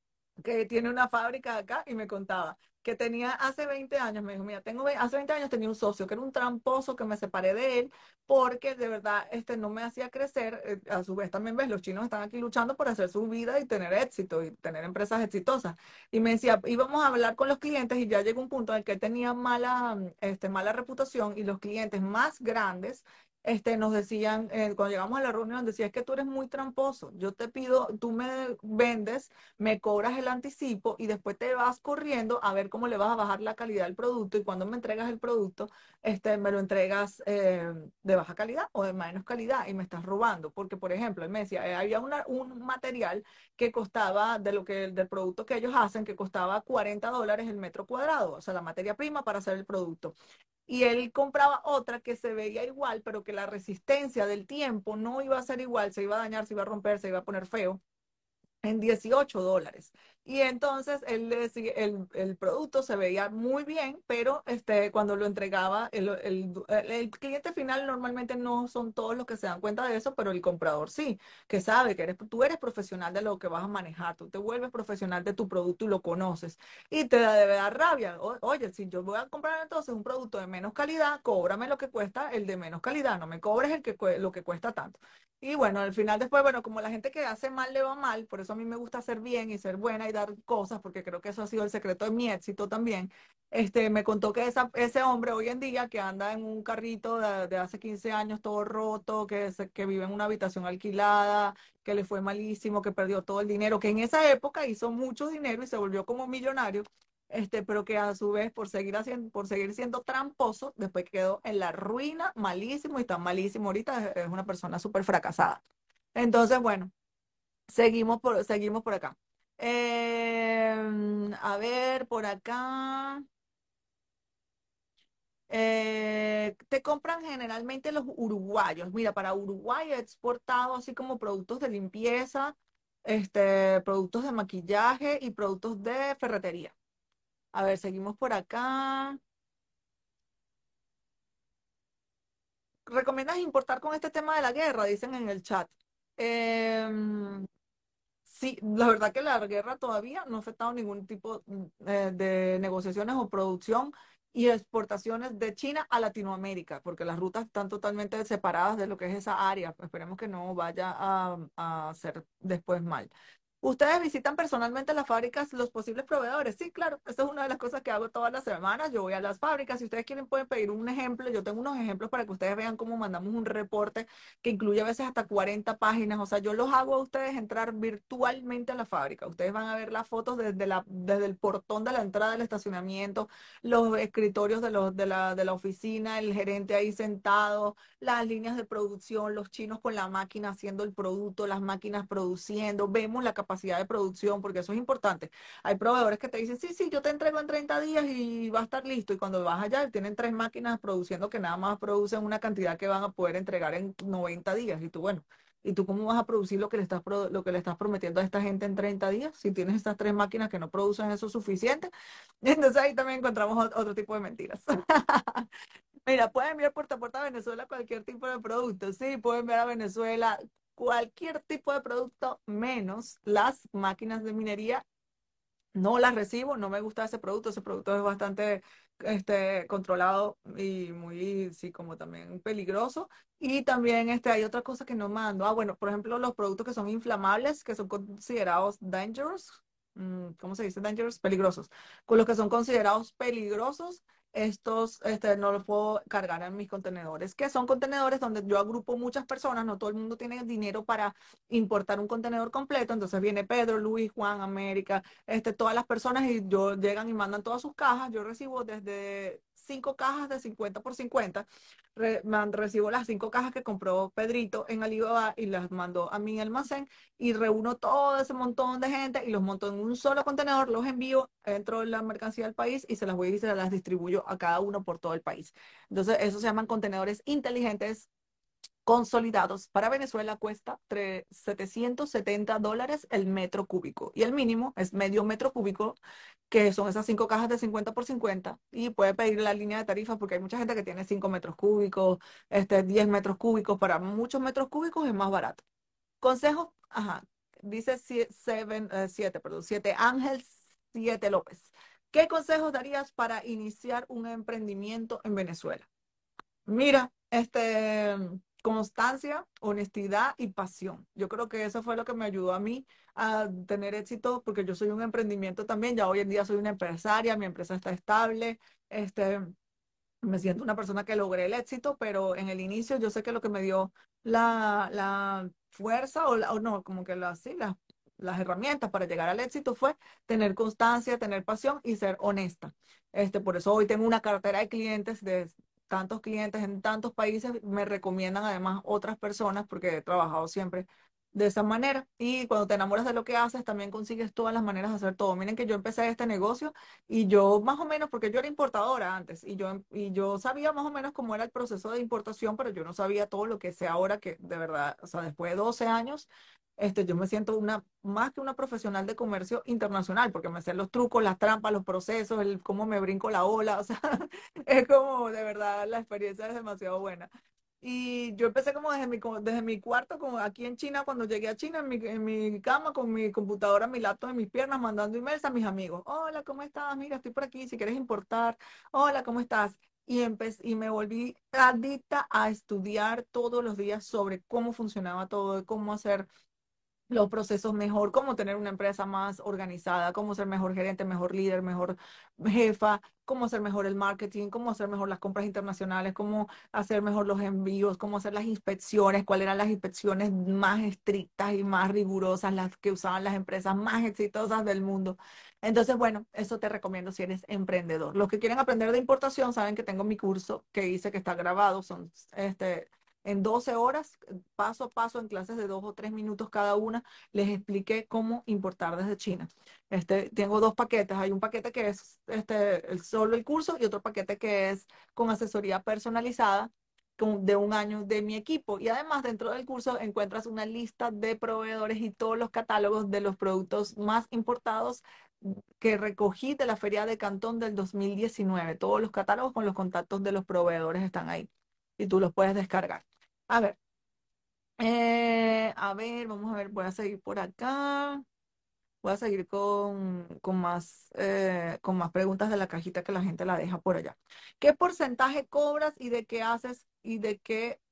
que tiene una fábrica acá y me contaba que tenía hace veinte años, me dijo, mira, tengo, ve- hace veinte años tenía un socio que era un tramposo que me separé de él porque de verdad este no me hacía crecer, eh, a su vez también ves, los chinos están aquí luchando por hacer su vida y tener éxito y tener empresas exitosas. Y me decía, íbamos a hablar con los clientes y ya llegó un punto en el que él tenía mala, mm, este, mala reputación y los clientes más grandes este, nos decían, eh, cuando llegamos a la reunión, decía, es que tú eres muy tramposo, yo te pido, tú me vendes, me cobras el anticipo y después te vas corriendo a ver cómo le vas a bajar la calidad del producto y cuando me entregas el producto, este, me lo entregas eh, de baja calidad o de menos calidad y me estás robando. Porque, por ejemplo, él me decía, eh, había una, un material que costaba, de lo que, del producto que ellos hacen, que costaba cuarenta dólares el metro cuadrado, o sea, la materia prima para hacer el producto. Y él compraba otra que se veía igual, pero que la resistencia del tiempo no iba a ser igual, se iba a dañar, se iba a romper, se iba a poner feo en dieciocho dólares. Y entonces él decía, el, el producto se veía muy bien, pero este, cuando lo entregaba, el, el, el, cliente final normalmente no son todos los que se dan cuenta de eso, pero el comprador sí, que sabe que eres, tú eres profesional de lo que vas a manejar, tú te vuelves profesional de tu producto y lo conoces. Y te debe dar rabia. O, oye, si yo voy a comprar entonces un producto de menos calidad, cóbrame lo que cuesta el de menos calidad, no me cobres el que, lo que cuesta tanto. Y bueno, al final después, bueno, como la gente que hace mal le va mal, por eso a mí me gusta hacer bien y ser buena y dar cosas, porque creo que eso ha sido el secreto de mi éxito también. Este, me contó que esa, ese hombre hoy en día que anda en un carrito de, de hace quince años todo roto, que, se, que vive en una habitación alquilada, que le fue malísimo, que perdió todo el dinero, que en esa época hizo mucho dinero y se volvió como millonario, este, pero que a su vez por seguir haciendo, por seguir siendo tramposo, después quedó en la ruina, malísimo y tan malísimo ahorita, es, es una persona súper fracasada. Entonces, bueno, seguimos por, seguimos por acá. Eh, a ver, por acá. Eh, te compran generalmente los uruguayos. Mira, para Uruguay he exportado así como productos de limpieza, este, productos de maquillaje y productos de ferretería. A ver, seguimos por acá. ¿Recomiendas importar con este tema de la guerra? Dicen en el chat. Em, sí, la verdad que la guerra todavía no ha afectado ningún tipo mm, eh, de negociaciones o producción y exportaciones de China a Latinoamérica, porque las rutas están totalmente separadas de lo que es esa área. Esperemos que no vaya a, a hacer después mal. ¿Ustedes visitan personalmente las fábricas, los posibles proveedores? Sí, claro, esa es una de las cosas que hago todas las semanas. Yo voy a las fábricas. Si ustedes quieren, pueden pedir un ejemplo. Yo tengo unos ejemplos para que ustedes vean cómo mandamos un reporte que incluye a veces hasta cuarenta páginas. O sea, yo los hago a ustedes entrar virtualmente a la fábrica. Ustedes van a ver las fotos desde, la, desde el portón de la entrada del estacionamiento, los escritorios de, los, de, la, de la oficina, el gerente ahí sentado, las líneas de producción, los chinos con la máquina haciendo el producto, las máquinas produciendo, vemos la capacidad de producción, porque eso es importante. Hay proveedores que te dicen, sí, sí, yo te entrego en treinta días y va a estar listo, y cuando vas allá tienen tres máquinas produciendo que nada más producen una cantidad que van a poder entregar en noventa días, y tú, bueno, ¿y tú cómo vas a producir lo que le estás, lo que le estás prometiendo a esta gente en treinta días si tienes estas tres máquinas que no producen eso suficiente? Entonces ahí también encontramos otro tipo de mentiras. Mira, pueden enviar puerta a puerta a Venezuela cualquier tipo de producto. Sí, pueden enviar a Venezuela cualquier tipo de producto, menos las máquinas de minería. No las recibo, no me gusta ese producto. Ese producto es bastante este, controlado y muy, sí, como también peligroso. Y también este, hay otra cosa que no mando. Ah, bueno, por ejemplo, los productos que son inflamables, que son considerados dangerous. mm, ¿Cómo se dice? Dangerous, peligrosos. Con los que son considerados peligrosos, estos este, no los puedo cargar en mis contenedores, que son contenedores donde yo agrupo muchas personas. No todo el mundo tiene dinero para importar un contenedor completo. Entonces viene Pedro, Luis, Juan, América, este, todas las personas, y yo llegan y mandan todas sus cajas. Yo recibo desde cinco cajas de cincuenta por cincuenta. Re, man, recibo las cinco cajas que compró Pedrito en Alibaba y las mando a mi almacén, y reúno todo ese montón de gente y los monto en un solo contenedor, los envío dentro de la mercancía del país y se las voy y se las distribuyo a cada uno por todo el país. Entonces, eso se llaman contenedores inteligentes consolidados. Para Venezuela cuesta setecientos setenta dólares el metro cúbico, y el mínimo es medio metro cúbico, que son esas cinco cajas de cincuenta por cincuenta, y puede pedir la línea de tarifas porque hay mucha gente que tiene cinco metros cúbicos, este, diez metros cúbicos. Para muchos metros cúbicos es más barato. Consejo, ajá, dice siete, perdón, siete Ángel, siete López. ¿Qué consejos darías para iniciar un emprendimiento en Venezuela? Mira, este, constancia, honestidad y pasión. Yo creo que eso fue lo que me ayudó a mí a tener éxito, porque yo soy un emprendimiento también. Ya hoy en día soy una empresaria, mi empresa está estable, este, me siento una persona que logré el éxito, pero en el inicio yo sé que lo que me dio la, la fuerza, o, la- o no, como que las, sí, las, las herramientas para llegar al éxito fue tener constancia, tener pasión y ser honesta. Este, por eso hoy tengo una cartera de clientes, de tantos clientes en tantos países. Me recomiendan además otras personas porque he trabajado siempre de esa manera. Y cuando te enamoras de lo que haces, también consigues todas las maneras de hacer todo. Miren que yo empecé este negocio y yo más o menos, porque yo era importadora antes, y yo, y yo sabía más o menos cómo era el proceso de importación, pero yo no sabía todo lo que sé ahora, que de verdad, o sea, después de doce años, este, yo me siento una, más que una profesional de comercio internacional, porque me sé los trucos, las trampas, los procesos, el cómo me brinco la ola. O sea, es como, de verdad, la experiencia es demasiado buena. Y yo empecé como desde mi, como desde mi cuarto, como aquí en China. Cuando llegué a China, en mi, en mi cama, con mi computadora, mi laptop en mis piernas, mandando emails a mis amigos. Hola, ¿cómo estás? Mira, estoy por aquí, si quieres importar. Hola, ¿cómo estás? Y, empe- y me volví adicta a estudiar todos los días sobre cómo funcionaba todo, cómo hacer los procesos mejor, cómo tener una empresa más organizada, cómo ser mejor gerente, mejor líder, mejor jefa, cómo hacer mejor el marketing, cómo hacer mejor las compras internacionales, cómo hacer mejor los envíos, cómo hacer las inspecciones, cuáles eran las inspecciones más estrictas y más rigurosas, las que usaban las empresas más exitosas del mundo. Entonces, bueno, eso te recomiendo si eres emprendedor. Los que quieren aprender de importación saben que tengo mi curso que hice, que está grabado, son este en doce horas, paso a paso, en clases de dos o tres minutos cada una, les expliqué cómo importar desde China. Este, tengo dos paquetes. Hay un paquete que es este, el, solo el curso, y otro paquete que es con asesoría personalizada con, de un año de mi equipo. Y además, dentro del curso encuentras una lista de proveedores y todos los catálogos de los productos más importados que recogí de la Feria de Cantón del dos mil diecinueve. Todos los catálogos con los contactos de los proveedores están ahí y tú los puedes descargar. A ver, eh, a ver, vamos a ver, voy a seguir por acá. Voy a seguir con, con más, eh, con más preguntas de la cajita que la gente la deja por allá. ¿Qué porcentaje cobras y de qué haces y de qué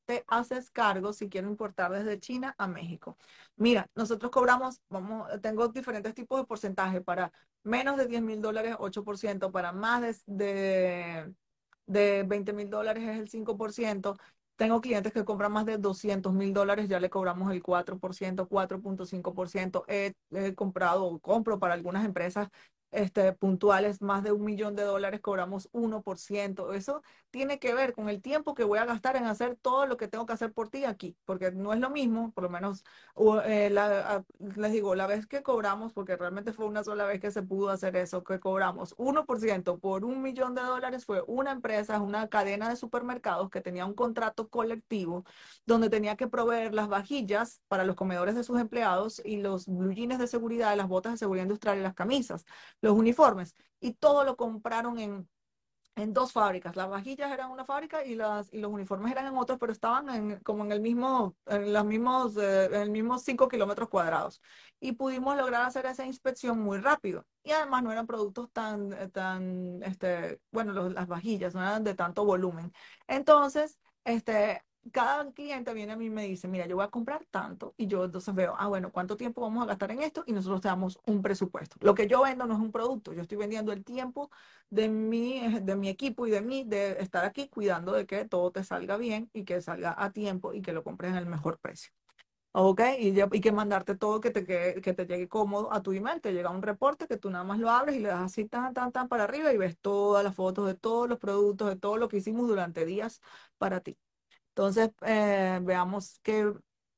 te haces cargo si quiero importar desde China a México? Mira, nosotros cobramos, vamos, tengo diferentes tipos de porcentaje. Para menos de diez mil dólares, ocho por ciento; para más de, de, de veinte mil dólares es el cinco por ciento. Tengo clientes que compran más de doscientos mil dólares, ya le cobramos el cuatro por ciento, cuatro punto cinco por ciento. He, he comprado o compro para algunas empresas este, puntuales, más de un millón de dólares, cobramos uno por ciento. Eso tiene que ver con el tiempo que voy a gastar en hacer todo lo que tengo que hacer por ti aquí, porque no es lo mismo, por lo menos o, eh, la, a, les digo, la vez que cobramos, porque realmente fue una sola vez que se pudo hacer eso, que cobramos uno por ciento por un millón de dólares, fue una empresa, una cadena de supermercados que tenía un contrato colectivo donde tenía que proveer las vajillas para los comedores de sus empleados y los blue jeans de seguridad, las botas de seguridad industrial y las camisas, los uniformes, y todo lo compraron en en dos fábricas. Las vajillas eran una fábrica y, las, y los uniformes eran en otros, pero estaban en, como en el mismo, en los mismos, eh, en el mismo cinco kilómetros cuadrados. Y pudimos lograr hacer esa inspección muy rápido. Y además no eran productos tan, eh, tan, este, bueno, los- las vajillas no eran de tanto volumen. Entonces, este, cada cliente viene a mí y me dice, mira, yo voy a comprar tanto, y yo entonces veo, ah, bueno, ¿cuánto tiempo vamos a gastar en esto? Y nosotros te damos un presupuesto. Lo que yo vendo no es un producto, yo estoy vendiendo el tiempo de mi, de mi equipo y de mí, de estar aquí cuidando de que todo te salga bien y que salga a tiempo y que lo compres en el mejor precio. ¿Ok? Y, ya- y que mandarte todo que te, quede- que te llegue cómodo a tu email. Te llega un reporte que tú nada más lo abres y le das así tan, tan, tan para arriba y ves todas las fotos de todos los productos, de todo lo que hicimos durante días para ti. Entonces, eh, veamos qué,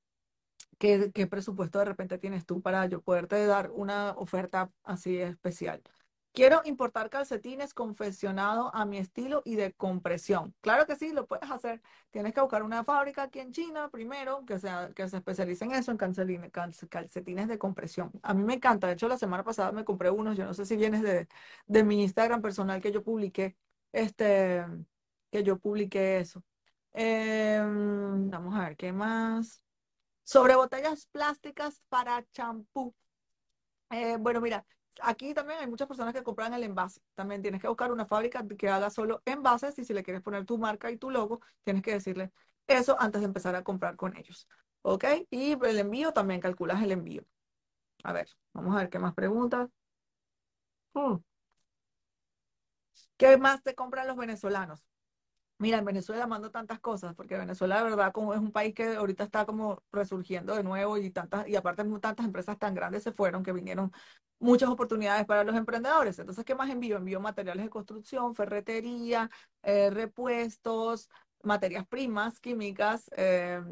¿Qué, qué presupuesto de repente tienes tú para yo poderte dar una oferta así especial? Quiero importar calcetines confeccionados a mi estilo y de compresión. Claro que sí, lo puedes hacer. Tienes que buscar una fábrica aquí en China primero que sea, que se especialice en eso, en calcetines, calcetines de compresión. A mí me encanta. De hecho, la semana pasada me compré unos. Yo no sé si vienes de, de mi Instagram personal que yo publiqué, este, que yo publiqué eso. Em, vamos a ver qué más. Sobre botellas plásticas para champú. Eh, bueno, mira, aquí también hay muchas personas que compran el envase. También tienes que buscar una fábrica que haga solo envases, y si le quieres poner tu marca y tu logo, tienes que decirle eso antes de empezar a comprar con ellos. ¿Ok? Y el envío, también calculas el envío. A ver, vamos a ver qué más preguntas. Hmm, ¿Qué más te compran los venezolanos? Mira, en Venezuela mando tantas cosas, porque Venezuela de verdad como es un país que ahorita está como resurgiendo de nuevo, y tantas, y aparte mu- tantas empresas tan grandes se fueron, que vinieron muchas oportunidades para los emprendedores. Entonces, ¿qué más envío? Envío materiales de construcción, ferretería, eh, repuestos, materias primas, químicas, eh,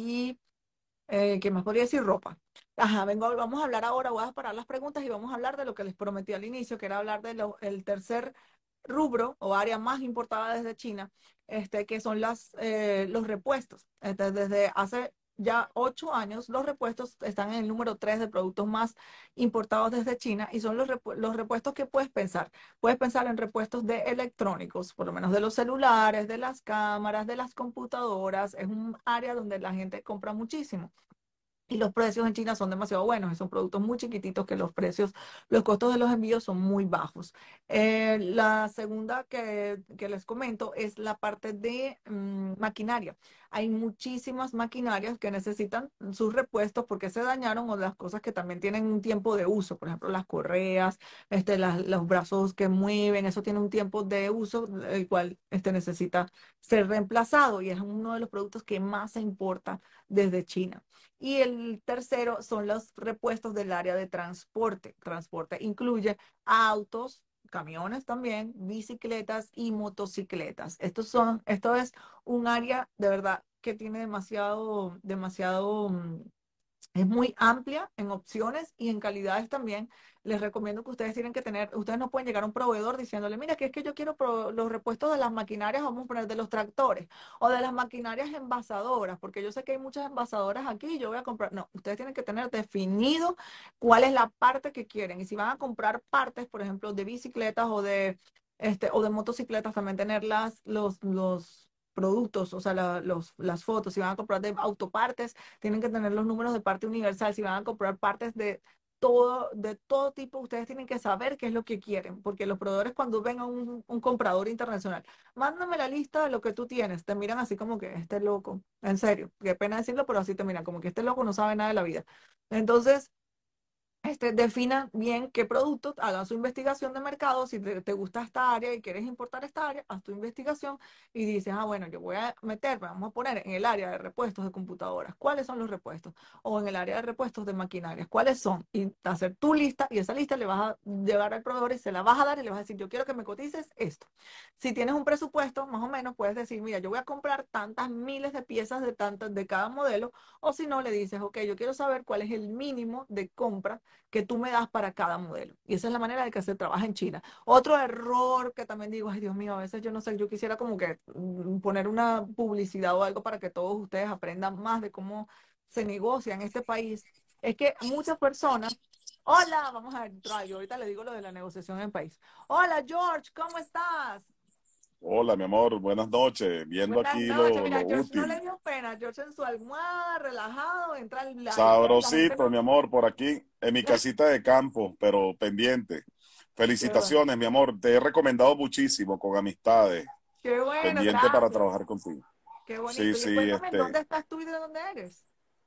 y eh, ¿qué más podría decir? Ropa. Ajá, vengo, vamos a hablar ahora, voy a parar las preguntas y vamos a hablar de lo que les prometí al inicio, que era hablar del tercer rubro o área más importada desde China, este, que son las, eh, los repuestos. Este, desde hace ya ocho años, los repuestos están en el número tres de productos más importados desde China, y son los, repu los repuestos que puedes pensar. Puedes pensar en repuestos de electrónicos, por lo menos de los celulares, de las cámaras, de las computadoras. Es un área donde la gente compra muchísimo. Y los precios en China son demasiado buenos, y son productos muy chiquititos que los precios, los costos de los envíos son muy bajos. Eh, la segunda que, que les comento es la parte de mm, maquinaria. Hay muchísimas maquinarias que necesitan sus repuestos porque se dañaron, o las cosas que también tienen un tiempo de uso, por ejemplo, las correas, este, las- los brazos que mueven, eso tiene un tiempo de uso, el cual este, necesita ser reemplazado, y es uno de los productos que más se importa desde China. Y el tercero son los repuestos del área de transporte. Transporte incluye autos, camiones también, bicicletas y motocicletas. Estos son, esto es un área de verdad que tiene demasiado, demasiado, mm, es muy amplia en opciones y en calidades también. Les recomiendo que ustedes tienen que tener, ustedes no pueden llegar a un proveedor diciéndole, mira, que es que yo quiero pro- los repuestos de las maquinarias, vamos a poner de los tractores, o de las maquinarias envasadoras, porque yo sé que hay muchas envasadoras aquí y yo voy a comprar. No, ustedes tienen que tener definido cuál es la parte que quieren. Y si van a comprar partes, por ejemplo, de bicicletas o de, este, o de motocicletas, también tener las, los, los productos, o sea, la- los, las fotos. Si van a comprar de autopartes, tienen que tener los números de parte universal. Si van a comprar partes de todo, de todo tipo. Ustedes tienen que saber qué es lo que quieren, porque los proveedores cuando ven a un, un comprador internacional, mándame la lista de lo que tú tienes, te miran así como que este loco, en serio, qué pena decirlo, pero así te miran, como que este loco no sabe nada de la vida. Entonces, este, defina bien qué productos, hagan su investigación de mercado, si te, te gusta esta área y quieres importar esta área, haz tu investigación y dices, ah, bueno, yo voy a meterme, vamos a poner en el área de repuestos de computadoras, ¿cuáles son los repuestos? O en el área de repuestos de maquinarias, ¿cuáles son? Y hacer tu lista y esa lista le vas a llevar al proveedor y se la vas a dar y le vas a decir, yo quiero que me cotices esto. Si tienes un presupuesto, más o menos, puedes decir, mira, yo voy a comprar tantas miles de piezas de tantas de cada modelo, o si no, le dices, ok, yo quiero saber cuál es el mínimo de compra que tú me das para cada modelo. Y esa es la manera de que se trabaja en China. Otro error que también digo, ay Dios mío, a veces yo no sé, yo quisiera como que mm, poner una publicidad o algo para que todos ustedes aprendan más de cómo se negocia en este país, es que muchas personas, hola, vamos a entrar, yo ahorita le digo lo de la negociación en el país. Hola George, ¿cómo estás? Hola, mi amor, buenas noches. Viendo Buenas aquí noches, lo, mira, lo George no le útil. dio pena, George en su almohada, relajado, entra al live, la gente Sabrosito, no... mi amor, por aquí, en mi casita de campo, pero pendiente. Qué bueno, Felicitaciones, mi amor. Te he recomendado muchísimo con amistades, qué bueno, pendiente para gracias. trabajar contigo. Qué Sí, bonito. Y sí, cuéntame, ¿dónde este, estás tú y de dónde eres?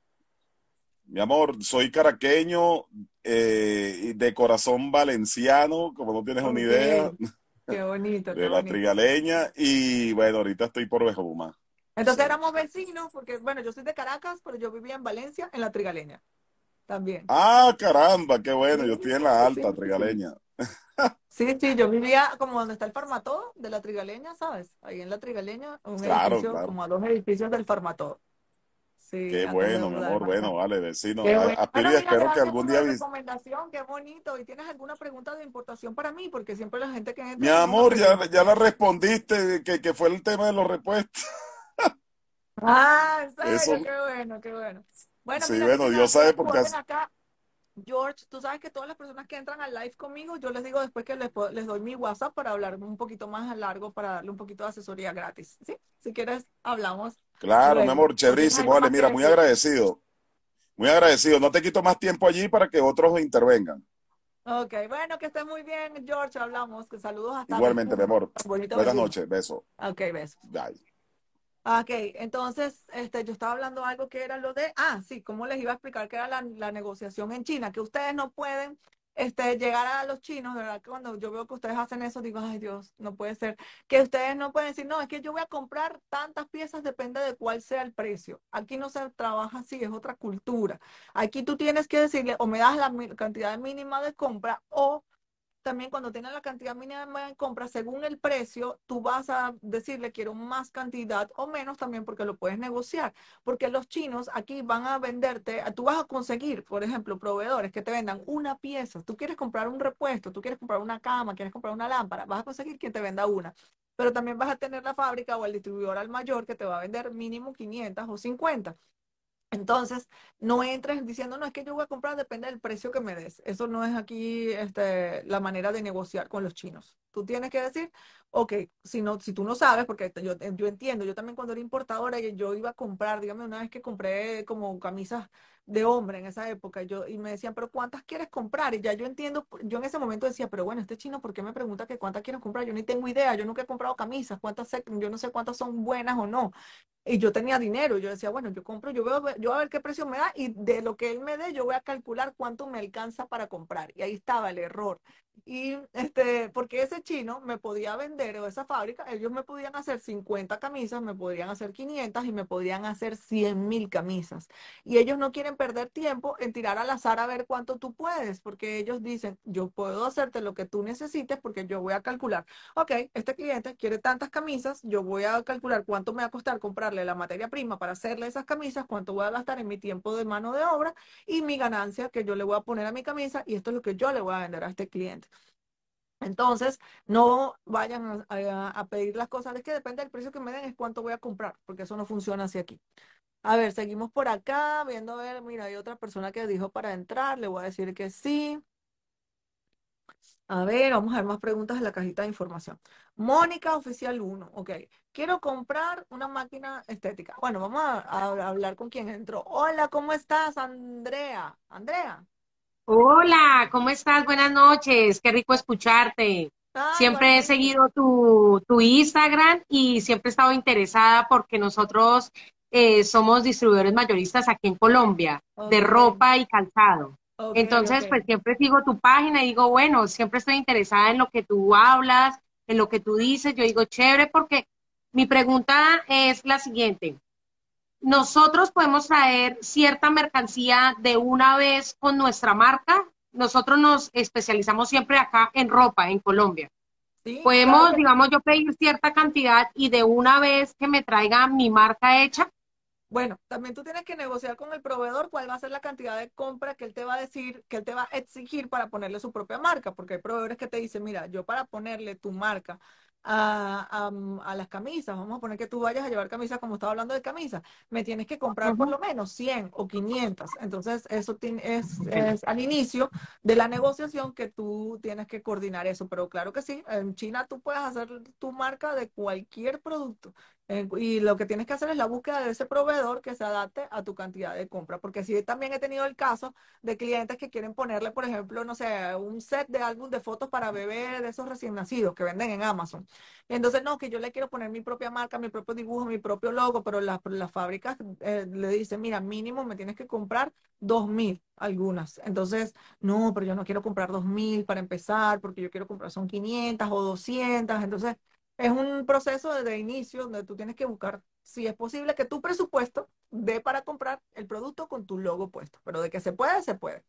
mi amor, soy caraqueño eh, y de corazón valenciano, como no tienes una Ok, idea, qué bonito, qué de la bonito. trigaleña. Y bueno, ahorita estoy por Bejuma. Entonces Sí. éramos vecinos, porque bueno, yo soy de Caracas, pero yo vivía en Valencia, en la Trigaleña, también. Ah, caramba, qué bueno. Yo Sí, estoy en la sí, alta sí. trigaleña. Sí, sí, yo vivía como donde está el Farmatodo de la Trigaleña, ¿sabes? Ahí en la Trigaleña, un Claro, edificio, claro. como a dos edificios del Farmatodo. Sí, Qué antes de bueno, mi amor. mudarme Bueno, acá. vale, vecino. Qué A- bueno. Aspiro Bueno, y mira, espero que gracias algún por día... la vis- recomendación, qué bonito. ¿Y tienes alguna pregunta de importación para mí? Porque siempre la gente que Mi entra tiene una amor, ya, ya pregunta. la respondiste, que, que fue el tema de los repuestos. Ah, en serio, Eso, qué bueno, qué bueno. Bueno, sí, mira, bueno, Cristina, Dios aquí sabe en porque... orden has- acá, George, tú sabes que todas las personas que entran al live conmigo, yo les digo después que les, po- les doy mi WhatsApp para hablar un poquito más a largo, para darle un poquito de asesoría gratis, ¿sí? Si quieres, hablamos Claro, mi luego. amor, ¿O tienes chéverísimo. algo Vale, más que mira, muy decir? agradecido. Muy agradecido. No te quito más tiempo allí para que otros intervengan. Ok, bueno, que estés muy bien, George, hablamos. Que saludos hasta Igualmente, mi Bejuma, amor. bonito Buenas Bejuma. noches. Beso. Ok, besos. Bye. Ok, entonces, este, yo estaba hablando algo que era lo de, ah, sí, cómo les iba a explicar que era la, la negociación en China, que ustedes no pueden, este, llegar a los chinos, de verdad que cuando yo veo que ustedes hacen eso, digo, ay Dios, no puede ser, que ustedes no pueden decir, no, es que yo voy a comprar tantas piezas, depende de cuál sea el precio. Aquí no se trabaja así, es otra cultura. Aquí tú tienes que decirle, o me das la mi- cantidad mínima de compra, o también cuando tienes la cantidad mínima de compra, según el precio, tú vas a decirle quiero más cantidad o menos también porque lo puedes negociar. Porque los chinos aquí van a venderte, tú vas a conseguir, por ejemplo, proveedores que te vendan una pieza. Tú quieres comprar un repuesto, tú quieres comprar una cama, quieres comprar una lámpara, vas a conseguir quien te venda una. Pero también vas a tener la fábrica o el distribuidor al mayor que te va a vender mínimo quinientas o cincuenta. Entonces, no entres diciendo, no, es que yo voy a comprar, depende del precio que me des. Eso no es aquí este, la manera de negociar con los chinos. Tú tienes que decir, ok, si, no, si tú no sabes, porque yo, yo entiendo, yo también cuando era importadora, y yo iba a comprar, dígame, una vez que compré como camisas de hombre en esa época, yo, y me decían, pero ¿cuántas quieres comprar? Y ya yo entiendo, yo en ese momento decía, pero bueno, este chino, ¿por qué me pregunta que cuántas quiero comprar? Yo ni tengo idea, yo nunca he comprado camisas, cuántas sé- yo no sé cuántas son buenas o no. Y yo tenía dinero, yo decía, bueno, yo compro, yo veo, yo voy a ver qué precio me da y de lo que él me dé, yo voy a calcular cuánto me alcanza para comprar. Y ahí estaba el error. Y este, porque ese chino me podía vender, o esa fábrica, ellos me podían hacer cincuenta camisas, me podrían hacer quinientas y me podrían hacer cien mil camisas. Y ellos no quieren perder tiempo en tirar al azar a ver cuánto tú puedes, porque ellos dicen, yo puedo hacerte lo que tú necesites porque yo voy a calcular, ok, este cliente quiere tantas camisas, yo voy a calcular cuánto me va a costar comprarle la materia prima para hacerle esas camisas, cuánto voy a gastar en mi tiempo de mano de obra y mi ganancia que yo le voy a poner a mi camisa y esto es lo que yo le voy a vender a este cliente. Entonces, no vayan a, a- a pedir las cosas, es que depende del precio que me den, es cuánto voy a comprar, porque eso no funciona así aquí. A ver, seguimos por acá, viendo, a ver, mira, hay otra persona que dijo para entrar, le voy a decir que sí. A ver, vamos a ver más preguntas en la cajita de información. Mónica Oficial uno, ok. Quiero comprar una máquina estética. Bueno, vamos a, a hablar con quien entró. Hola, ¿cómo estás, Andrea? Andrea. Hola, ¿cómo estás? Buenas noches, qué rico escucharte. Ah, Siempre he igualmente. seguido tu, tu Instagram y siempre he estado interesada porque nosotros eh, somos distribuidores mayoristas aquí en Colombia de Ok, ropa y calzado. ok, ok. Entonces, pues siempre sigo tu página y digo, bueno, siempre estoy interesada en lo que tú hablas, en lo que tú dices. Yo digo, chévere, porque mi pregunta es la siguiente. Nosotros podemos traer cierta mercancía de una vez con nuestra marca. Nosotros nos especializamos siempre acá en ropa, en Colombia. Sí, claro Podemos, que digamos, yo pedir cierta cantidad y de una vez que me traiga mi marca hecha. bueno, también tú tienes que negociar con el proveedor cuál va a ser la cantidad de compra que él te va a decir, que él te va a exigir para ponerle su propia marca, porque hay proveedores que te dicen, mira, yo para ponerle tu marca a, a- a las camisas, vamos a poner que tú vayas a llevar camisas, como estaba hablando de camisas, me tienes que comprar por Ujú. lo menos cien o quinientas. Entonces, eso tiene- es, es al inicio de la negociación que tú tienes que coordinar eso, pero claro que sí, en China tú puedes hacer tu marca de cualquier producto. Eh, y lo que tienes que hacer es la búsqueda de ese proveedor que se adapte a tu cantidad de compra. Porque sí, también he tenido el caso de clientes que quieren ponerle, por ejemplo, no sé, un set de álbum de fotos para bebé de esos recién nacidos que venden en Amazon. Y entonces, no, que yo le quiero poner mi propia marca, mi propio dibujo, mi propio logo, pero las, las fábricas eh, le dicen, mira, mínimo me tienes que comprar dos mil algunas. Entonces, no, pero yo no quiero comprar dos mil para empezar, porque yo quiero comprar son quinientas o doscientas. Entonces, es un proceso de, de inicio donde tú tienes que buscar si es posible que tu presupuesto dé para comprar el producto con tu logo puesto, pero de que se puede, se puede.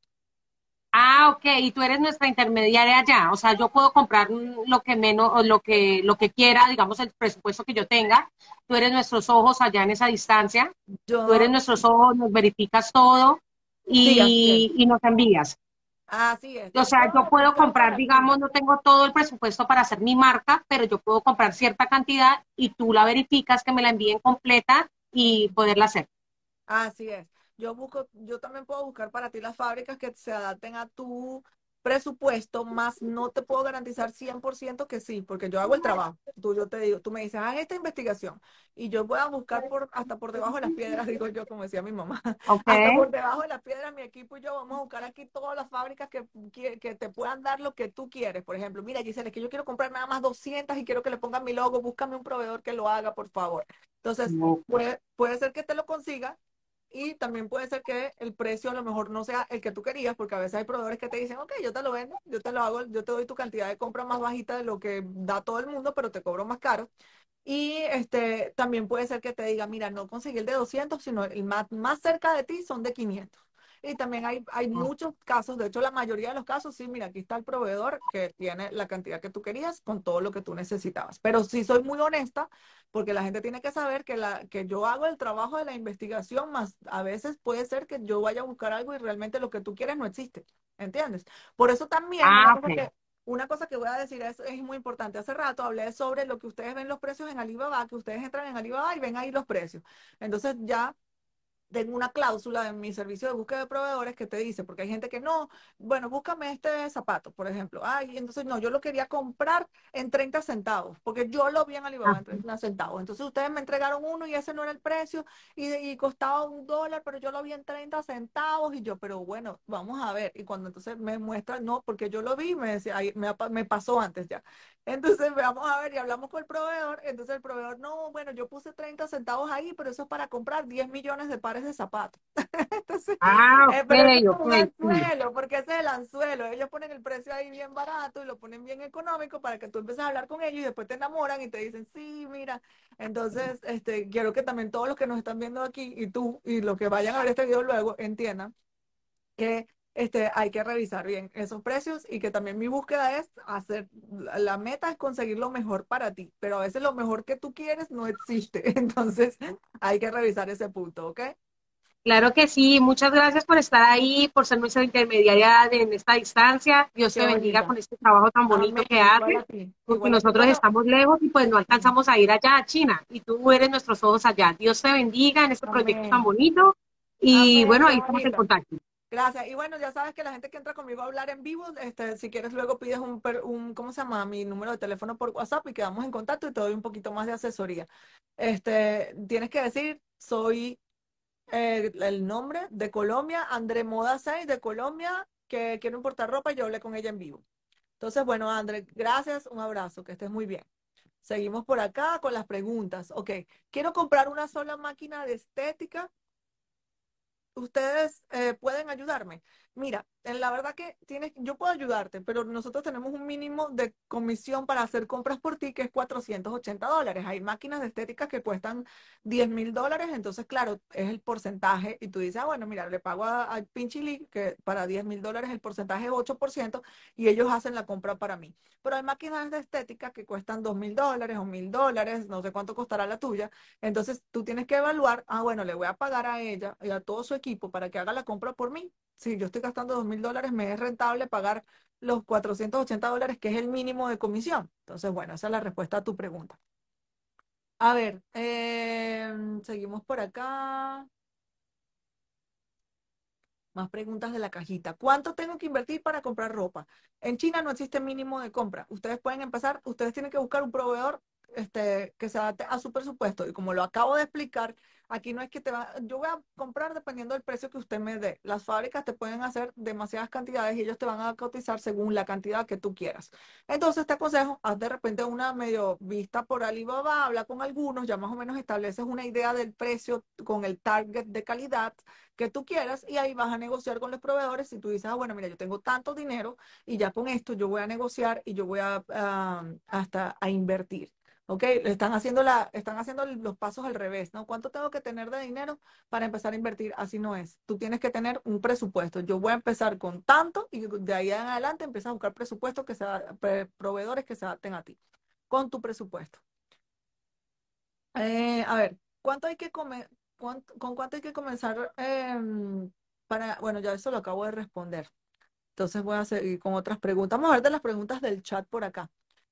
Ah, ok, y tú eres nuestra intermediaria allá. O sea, yo puedo comprar mm, lo que menos, o lo que, lo que quiera, digamos, el presupuesto que yo tenga. Tú eres nuestros ojos allá en esa distancia. Tú eres Yo, nuestros ojos, nos verificas todo sí, así es. y, y nos envías. Así es. O Yo sea, puedo yo puedo negociar comprar, para ti. digamos, no tengo todo el presupuesto para hacer mi marca, pero yo puedo comprar cierta cantidad y tú la verificas que me la envíen completa y poderla hacer. Así es. Yo busco, yo también puedo buscar para ti las fábricas que se adapten a tu presupuesto, más no te puedo garantizar cien por ciento que sí, porque yo hago el trabajo. Tú, yo te digo, tú me dices, haz esta investigación y yo voy a buscar por, hasta por debajo de las piedras, digo yo, como decía mi mamá, Ok. hasta por debajo de las piedras, mi equipo y yo vamos a buscar aquí todas las fábricas que, que, que te puedan dar lo que tú quieres. Por ejemplo, mira, Giselle, es que yo quiero comprar nada más doscientas y quiero que le pongan mi logo, búscame un proveedor que lo haga, por favor. Entonces, puede, puede ser que te lo consiga y también puede ser que el precio a lo mejor no sea el que tú querías, porque a veces hay proveedores que te dicen, ok, yo te lo vendo, yo te lo hago, yo te doy tu cantidad de compra más bajita de lo que da todo el mundo, pero te cobro más caro. Y este, también puede ser que te diga, mira, no conseguí el de doscientos sino el más, más cerca de ti son de quinientos. Y también hay, hay muchos casos, de hecho la mayoría de los casos, sí, mira, aquí está el proveedor que tiene la cantidad que tú querías con todo lo que tú necesitabas. Pero sí soy muy honesta porque la gente tiene que saber que, la, que yo hago el trabajo de la investigación, más a veces puede ser que yo vaya a buscar algo y realmente lo que tú quieres no existe, ¿entiendes? Por eso también una Ah, cosa ok. que una cosa que voy a decir es, es muy importante. Hace rato hablé sobre lo que ustedes ven los precios en Alibaba, que ustedes entran en Alibaba y ven ahí los precios. Entonces ya tengo una cláusula en mi servicio de búsqueda de proveedores que te dice, porque hay gente que no, bueno, búscame este zapato, por ejemplo. Ay, entonces no, yo lo quería comprar en treinta centavos, porque yo lo vi en Ah, Alibaba en treinta centavos. Entonces ustedes me entregaron uno y ese no era el precio y, y costaba un dólar, pero yo lo vi en treinta centavos y yo, pero bueno, vamos a ver. Y cuando entonces me muestran, no, porque yo lo vi, me decía, ay, me, me pasó antes ya. Entonces vamos a ver y hablamos con el proveedor. Entonces el proveedor, no, bueno, yo puse treinta centavos ahí, pero eso es para comprar diez millones de pares de zapatos. Entonces, ah, eh, ok, pero eso es como ok, un sí. anzuelo, porque ese es el anzuelo. Ellos ponen el precio ahí bien barato y lo ponen bien económico para que tú empieces a hablar con ellos y después te enamoran y te dicen, sí, mira. Entonces, este, quiero que también todos los que nos están viendo aquí y tú y los que vayan a ver este video luego entiendan que este, hay que revisar bien esos precios y que también mi búsqueda es hacer, la la meta es conseguir lo mejor para ti, pero a veces lo mejor que tú quieres no existe, entonces hay que revisar ese punto, ¿ok? Claro que sí. Muchas gracias por estar ahí, por ser nuestra intermediaria de- en esta distancia. Dios Qué te bendiga bonita. con este trabajo tan bonito Amén, que igual haces, a ti, porque igual a ti. nosotros Bueno, estamos lejos y pues no alcanzamos a ir allá a China y tú eres nuestros ojos allá. Dios te bendiga en este proyecto tan amén, bonito y amén, bueno, qué ahí estamos en bonita. contacto. Gracias. Y bueno, ya sabes que la gente que entra conmigo a hablar en vivo, este, si quieres luego pides un, per- un, ¿cómo se llama? Mi número de teléfono por WhatsApp y quedamos en contacto y te doy un poquito más de asesoría. Este, tienes que decir, soy eh, el nombre de Colombia, André Moda seis de Colombia, que quiero importar ropa y yo hablé con ella en vivo. Entonces, bueno, André, gracias, un abrazo, que estés muy bien. Seguimos por acá con las preguntas. Ok, quiero comprar una sola máquina de estética. Ustedes eh, pueden ayudarme. Mira, en la verdad que tienes, yo puedo ayudarte, pero nosotros tenemos un mínimo de comisión para hacer compras por ti que es cuatrocientos ochenta dólares. Hay máquinas de estética que cuestan diez mil dólares, entonces claro, es el porcentaje y tú dices, ah, bueno, mira, le pago a, a Pinchili que para diez mil dólares el porcentaje es ocho por ciento y ellos hacen la compra para mí. Pero hay máquinas de estética que cuestan dos mil dólares o mil dólares, no sé cuánto costará la tuya. Entonces tú tienes que evaluar, ah, bueno, le voy a pagar a ella y a todo su equipo para que haga la compra por mí. Si yo estoy gastando dos mil dólares, me es rentable pagar los cuatrocientos ochenta dólares, que es el mínimo de comisión. Entonces, bueno, esa es la respuesta a tu pregunta. A ver, eh, seguimos por acá. Más preguntas de la cajita. ¿Cuánto tengo que invertir para comprar ropa? En China no existe mínimo de compra. Ustedes pueden empezar, ustedes tienen que buscar un proveedor este, que se adapte a su presupuesto. Y como lo acabo de explicar, aquí no es que te va, yo voy a comprar dependiendo del precio que usted me dé. Las fábricas te pueden hacer demasiadas cantidades y ellos te van a cotizar según la cantidad que tú quieras. Entonces te aconsejo, haz de repente una medio vista por Alibaba, habla con algunos, ya más o menos estableces una idea del precio con el target de calidad que tú quieras y ahí vas a negociar con los proveedores. Si tú dices, ah, bueno, mira, yo tengo tanto dinero y ya con esto yo voy a negociar y yo voy a, a hasta a invertir. ¿Ok? Están haciendo, la, están haciendo los pasos al revés, ¿no? ¿Cuánto tengo que tener de dinero para empezar a invertir? Así no es. Tú tienes que tener un presupuesto. Yo voy a empezar con tanto y de ahí en adelante empiezas a buscar presupuestos que se, proveedores que se adapten a ti, con tu presupuesto. Eh, a ver, ¿cuánto hay que comer? ¿Cuánto- ¿con cuánto hay que comenzar em, para, bueno, ya eso lo acabo de responder. Entonces voy a seguir con otras preguntas. Vamos a ver de las preguntas del chat por acá.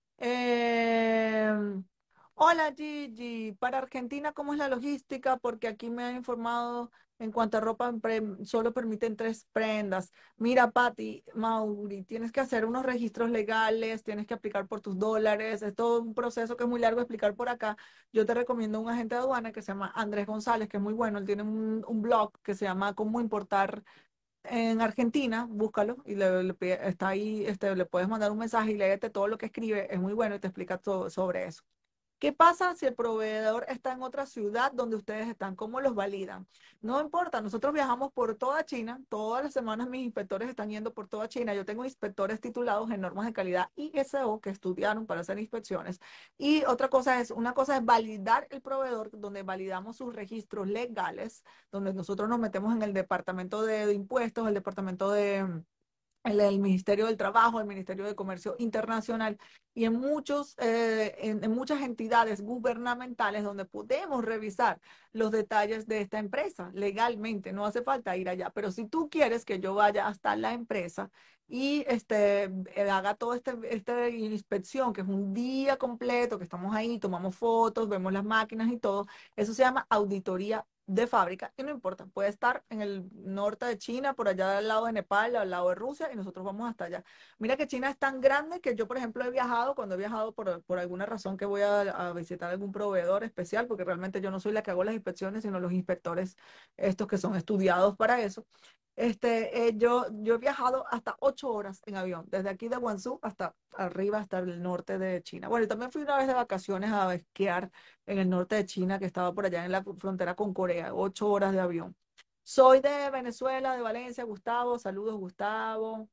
Em, Hola Gigi, para Argentina, ¿cómo es la logística? Porque aquí me han informado en cuanto a ropa, pre- solo permiten tres prendas. Mira, Patti, Mauri, tienes que hacer unos registros legales, tienes que aplicar por tus dólares, es todo un proceso que es muy largo de explicar por acá. Yo te recomiendo un agente de aduana que se llama Andrés González, que es muy bueno, él tiene un, un blog que se llama Cómo importar en Argentina, búscalo y le, le pide- está ahí, este, le puedes mandar un mensaje y léete todo lo que escribe, es muy bueno y te explica todo sobre eso. ¿Qué pasa si el proveedor está en otra ciudad donde ustedes están? ¿Cómo los validan? No importa, nosotros viajamos por toda China, todas las semanas mis inspectores están yendo por toda China. Yo tengo inspectores titulados en normas de calidad I S O que estudiaron para hacer inspecciones. Y otra cosa es, una cosa es validar el proveedor, donde validamos sus registros legales, donde nosotros nos metemos en el departamento de, de impuestos, el departamento de el, el Ministerio del Trabajo, el Ministerio de Comercio Internacional y en, muchos, eh, en, en muchas entidades gubernamentales donde podemos revisar los detalles de esta empresa legalmente. No hace falta ir allá, pero si tú quieres que yo vaya hasta la empresa y este, eh, haga toda esta este inspección, que es un día completo, que estamos ahí, tomamos fotos, vemos las máquinas y todo, eso se llama auditoría de fábrica y no importa, puede estar en el norte de China, por allá al lado de Nepal, al lado de Rusia y nosotros vamos hasta allá. Mira que China es tan grande que yo, por ejemplo, he viajado, cuando he viajado por, por alguna razón que voy a, a visitar algún proveedor especial, porque realmente yo no soy la que hago las inspecciones, sino los inspectores estos que son estudiados para eso. Este, eh, yo, yo he viajado hasta ocho horas en avión, desde aquí de Guangzhou hasta arriba, hasta el norte de China. Bueno, y también fui una vez de vacaciones a esquiar en el norte de China, que estaba por allá en la frontera con Corea, ocho horas de avión. Soy de Venezuela, de Valencia, Gustavo. Saludos, Gustavo.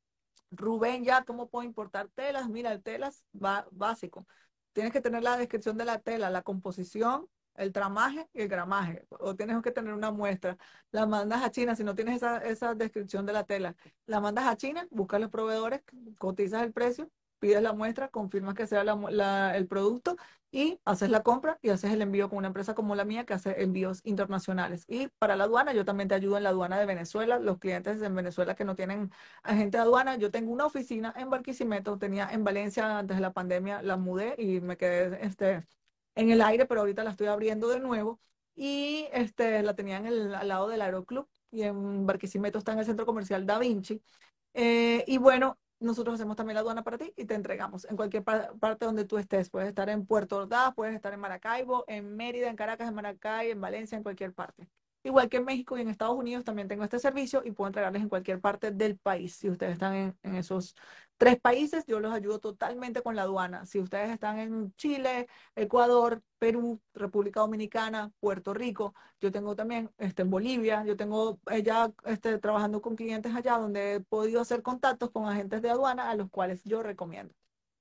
Rubén, ya, ¿cómo puedo importar telas? Mira, telas va básico. Tienes que tener la descripción de la tela, la composición, el tramaje y el gramaje. O tienes que tener una muestra. La mandas a China, si no tienes esa, esa descripción de la tela, la mandas a China, buscas los proveedores, cotizas el precio, pides la muestra, confirmas que sea la, la, el producto y haces la compra y haces el envío con una empresa como la mía que hace envíos internacionales. Y para la aduana, yo también te ayudo en la aduana de Venezuela. Los clientes en Venezuela que no tienen agente de aduana, yo tengo una oficina en Barquisimeto, tenía en Valencia antes de la pandemia, la mudé y me quedé este, en el aire, pero ahorita la estoy abriendo de nuevo. Y este, la tenía en el, al lado del Aeroclub y en Barquisimeto está en el centro comercial Da Vinci. Eh, y bueno, nosotros hacemos también la aduana para ti y te entregamos en cualquier par- parte donde tú estés. Puedes estar en Puerto Ordaz, puedes estar en Maracaibo, en Mérida, en Caracas, en Maracay, en Valencia, en cualquier parte. Igual que en México y en Estados Unidos también tengo este servicio y puedo entregarles en cualquier parte del país. Si ustedes están en, en esos tres países, yo los ayudo totalmente con la aduana. Si ustedes están en Chile, Ecuador, Perú, República Dominicana, Puerto Rico, yo tengo también este, en Bolivia, yo tengo eh, ya este, trabajando con clientes allá donde he podido hacer contactos con agentes de aduana a los cuales yo recomiendo.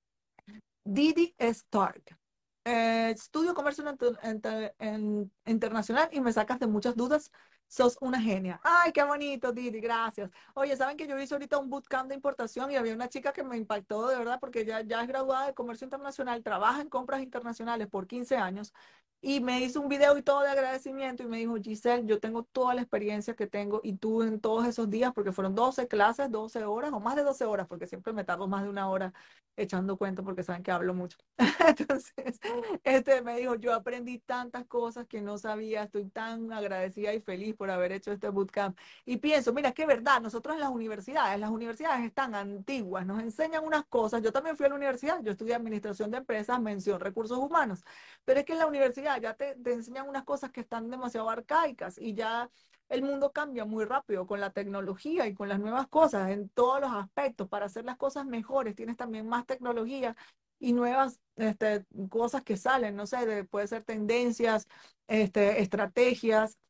Didi Stark. Eh, estudio comercio inter- inter- en- internacional y me sacas de muchas dudas. Sos una genia. Ay, qué bonito, Didi, gracias. Oye, ¿saben que yo hice ahorita un bootcamp de importación y había una chica que me impactó de verdad porque ya, ya es graduada de comercio internacional, trabaja en compras internacionales por quince años y me hizo un video y todo de agradecimiento y me dijo, Giselle, yo tengo toda la experiencia que tengo y tú en todos esos días, porque fueron doce clases, doce horas o más de doce horas, porque siempre me tardo más de una hora echando cuentos porque saben que hablo mucho. Entonces, este me dijo, yo aprendí tantas cosas que no sabía, estoy tan agradecida y feliz por haber hecho este bootcamp. Y pienso, mira, es que es verdad, nosotros en las universidades, las universidades están antiguas, nos enseñan unas cosas. Yo también fui a la universidad, yo estudié administración de empresas, mención recursos humanos, pero es que en la universidad ya te, te enseñan unas cosas que están demasiado arcaicas y ya el mundo cambia muy rápido con la tecnología y con las nuevas cosas en todos los aspectos. Para hacer las cosas mejores, tienes también más tecnología y nuevas este, cosas que salen, no sé, de, puede ser tendencias, este, estrategias,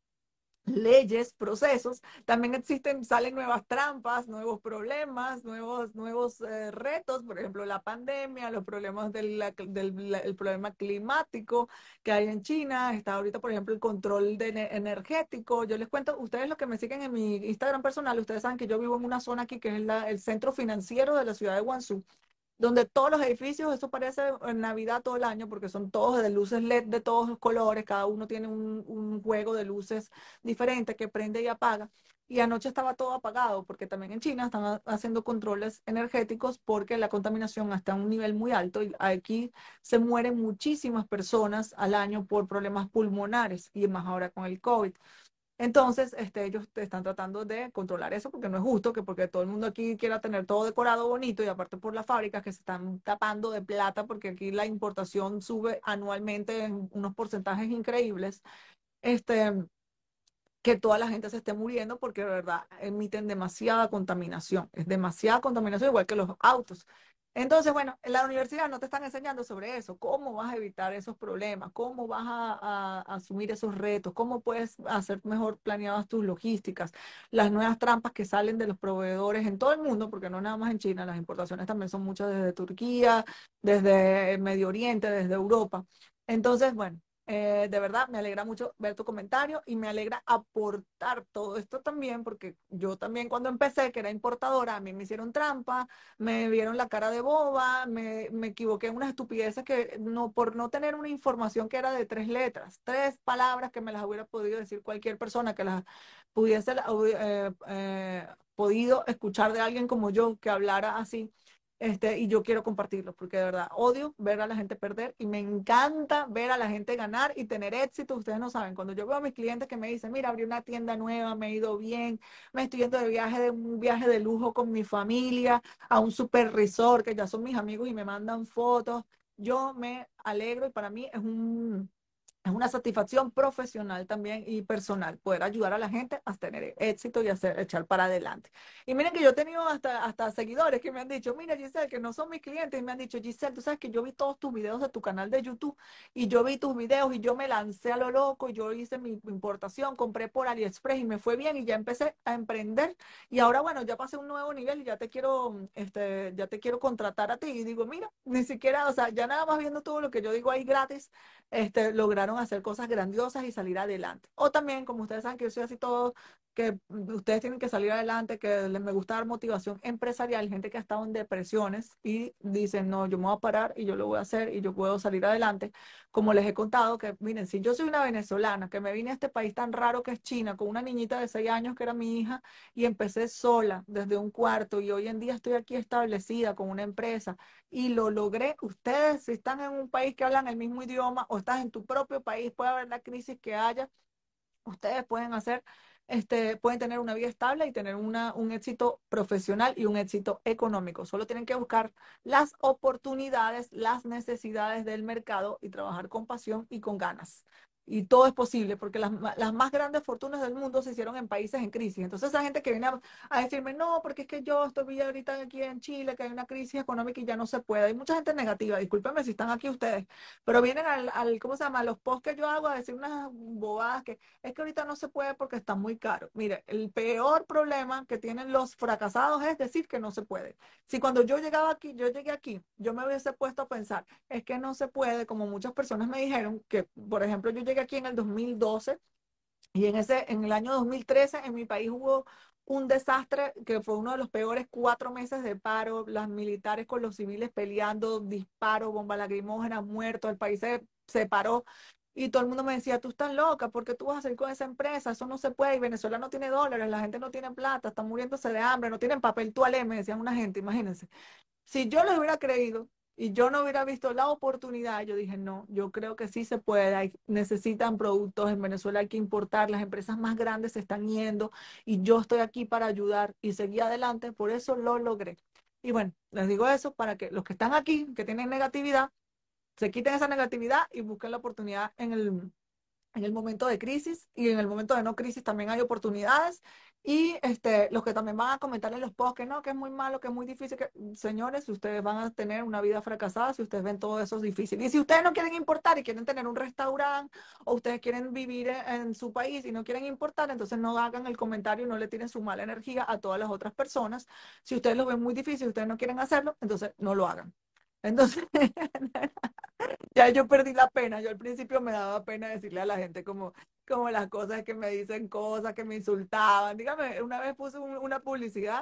leyes, procesos. También existen, salen nuevas trampas, nuevos problemas, nuevos, nuevos eh, retos, por ejemplo, la pandemia, los problemas del, del el problema climático que hay en China, está ahorita, por ejemplo, el control de, energético. Yo les cuento, ustedes los que me siguen en mi Instagram personal, ustedes saben que yo vivo en una zona aquí que es la, el centro financiero de la ciudad de Guangzhou, donde todos los edificios, eso parece en Navidad todo el año, porque son todos de luces L E D de todos los colores, cada uno tiene un, un juego de luces diferente que prende y apaga. Y anoche estaba todo apagado, porque también en China están haciendo controles energéticos porque la contaminación está a un nivel muy alto y aquí se mueren muchísimas personas al año por problemas pulmonares y más ahora con el COVID. Entonces, este, ellos están tratando de controlar eso porque no es justo que porque todo el mundo aquí quiera tener todo decorado bonito y aparte por las fábricas que se están tapando de plata porque aquí la importación sube anualmente en unos porcentajes increíbles, este, que toda la gente se esté muriendo porque de verdad emiten demasiada contaminación, es demasiada contaminación igual que los autos. Entonces, bueno, en la universidad no te están enseñando sobre eso, cómo vas a evitar esos problemas, cómo vas a, a, a asumir esos retos, cómo puedes hacer mejor planeadas tus logísticas, las nuevas trampas que salen de los proveedores en todo el mundo, porque no nada más en China, las importaciones también son muchas desde Turquía, desde el Medio Oriente, desde Europa. Entonces, bueno, eh, de verdad, me alegra mucho ver tu comentario y me alegra aportar todo esto también, porque yo también cuando empecé, que era importadora, a mí me hicieron trampa, me vieron la cara de boba, me, me equivoqué en unas estupideces que no, por no tener una información que era de tres letras, tres palabras que me las hubiera podido decir cualquier persona que las pudiese eh, eh, podido escuchar de alguien como yo que hablara así. Este, y yo quiero compartirlo porque de verdad odio ver a la gente perder y me encanta ver a la gente ganar y tener éxito. Ustedes no saben, cuando yo veo a mis clientes que me dicen, mira, abrí una tienda nueva, me he ido bien, me estoy yendo de viaje, de un viaje de lujo con mi familia, a un super resort, que ya son mis amigos y me mandan fotos, yo me alegro y para mí es un es una satisfacción profesional también y personal poder ayudar a la gente a tener éxito y hacer, echar para adelante. Y miren que yo he tenido hasta, hasta seguidores que me han dicho, mira Giselle, que no son mis clientes, y me han dicho, Giselle, tú sabes que yo vi todos tus videos de tu canal de YouTube y yo vi tus videos y yo me lancé a lo loco y yo hice mi importación, compré por AliExpress y me fue bien y ya empecé a emprender y ahora bueno, ya pasé un nuevo nivel y ya te quiero, este, ya te quiero contratar a ti. Y digo, mira, ni siquiera, o sea, ya nada más viendo todo lo que yo digo ahí gratis, este, lograron hacer cosas grandiosas y salir adelante. O también, como ustedes saben que yo soy así todo, que ustedes tienen que salir adelante, que les me gusta dar motivación empresarial, gente que ha estado en depresiones y dicen, no, yo me voy a parar y yo lo voy a hacer y yo puedo salir adelante. Como les he contado, que miren, si yo soy una venezolana, que me vine a este país tan raro que es China, con una niñita de seis años que era mi hija, y empecé sola desde un cuarto, y hoy en día estoy aquí establecida con una empresa, y lo logré. Ustedes, si están en un país que hablan el mismo idioma o estás en tu propio país, puede haber la crisis que haya, ustedes pueden hacer, este, pueden tener una vida estable y tener una, un éxito profesional y un éxito económico. Solo tienen que buscar las oportunidades, las necesidades del mercado y trabajar con pasión y con ganas. Y todo es posible, porque las, ma- las más grandes fortunas del mundo se hicieron en países en crisis. Entonces, esa gente que viene a, a decirme, no, porque es que yo estoy ahorita aquí en Chile, que hay una crisis económica y ya no se puede. Hay mucha gente negativa, discúlpenme si están aquí ustedes, pero vienen al, al ¿cómo se llama? A los posts que yo hago a decir unas bobadas que es que ahorita no se puede porque está muy caro. Mire, el peor problema que tienen los fracasados es decir que no se puede. Si cuando yo llegaba aquí, yo llegué aquí, yo me hubiese puesto a pensar, es que no se puede, como muchas personas me dijeron, que por ejemplo yo llegué aquí en el dos mil doce y en ese, en el año dos mil trece en mi país hubo un desastre que fue uno de los peores cuatro meses de paro, las militares con los civiles peleando, disparos, bomba lacrimógena, muertos, el país se, se paró y todo el mundo me decía, tú estás loca, ¿por qué tú vas a hacer con esa empresa? Eso no se puede, y Venezuela no tiene dólares, la gente no tiene plata, están muriéndose de hambre, no tienen papel toalé, me decían una gente, imagínense. Si yo les hubiera creído y yo no hubiera visto la oportunidad, yo dije, no, yo creo que sí se puede, hay- necesitan productos, en Venezuela hay que importar, las empresas más grandes se están yendo y yo estoy aquí para ayudar y seguí adelante, por eso lo logré. Y bueno, les digo eso para que los que están aquí, que tienen negatividad, se quiten esa negatividad y busquen la oportunidad en el, en el momento de crisis y en el momento de no crisis también hay oportunidades. Y este, los que también van a comentar en los posts que no, que es muy malo, que es muy difícil, que señores, ustedes van a tener una vida fracasada si ustedes ven todo eso es difícil. Y si ustedes no quieren importar y quieren tener un restaurante o ustedes quieren vivir en, en su país y no quieren importar, entonces no hagan el comentario y no le tiren su mala energía a todas las otras personas. Si ustedes lo ven muy difícil y ustedes no quieren hacerlo, entonces no lo hagan. Entonces, ya yo perdí la pena. Yo al principio me daba pena decirle a la gente como, como las cosas que me dicen cosas, que me insultaban. Dígame, una vez puse un- una publicidad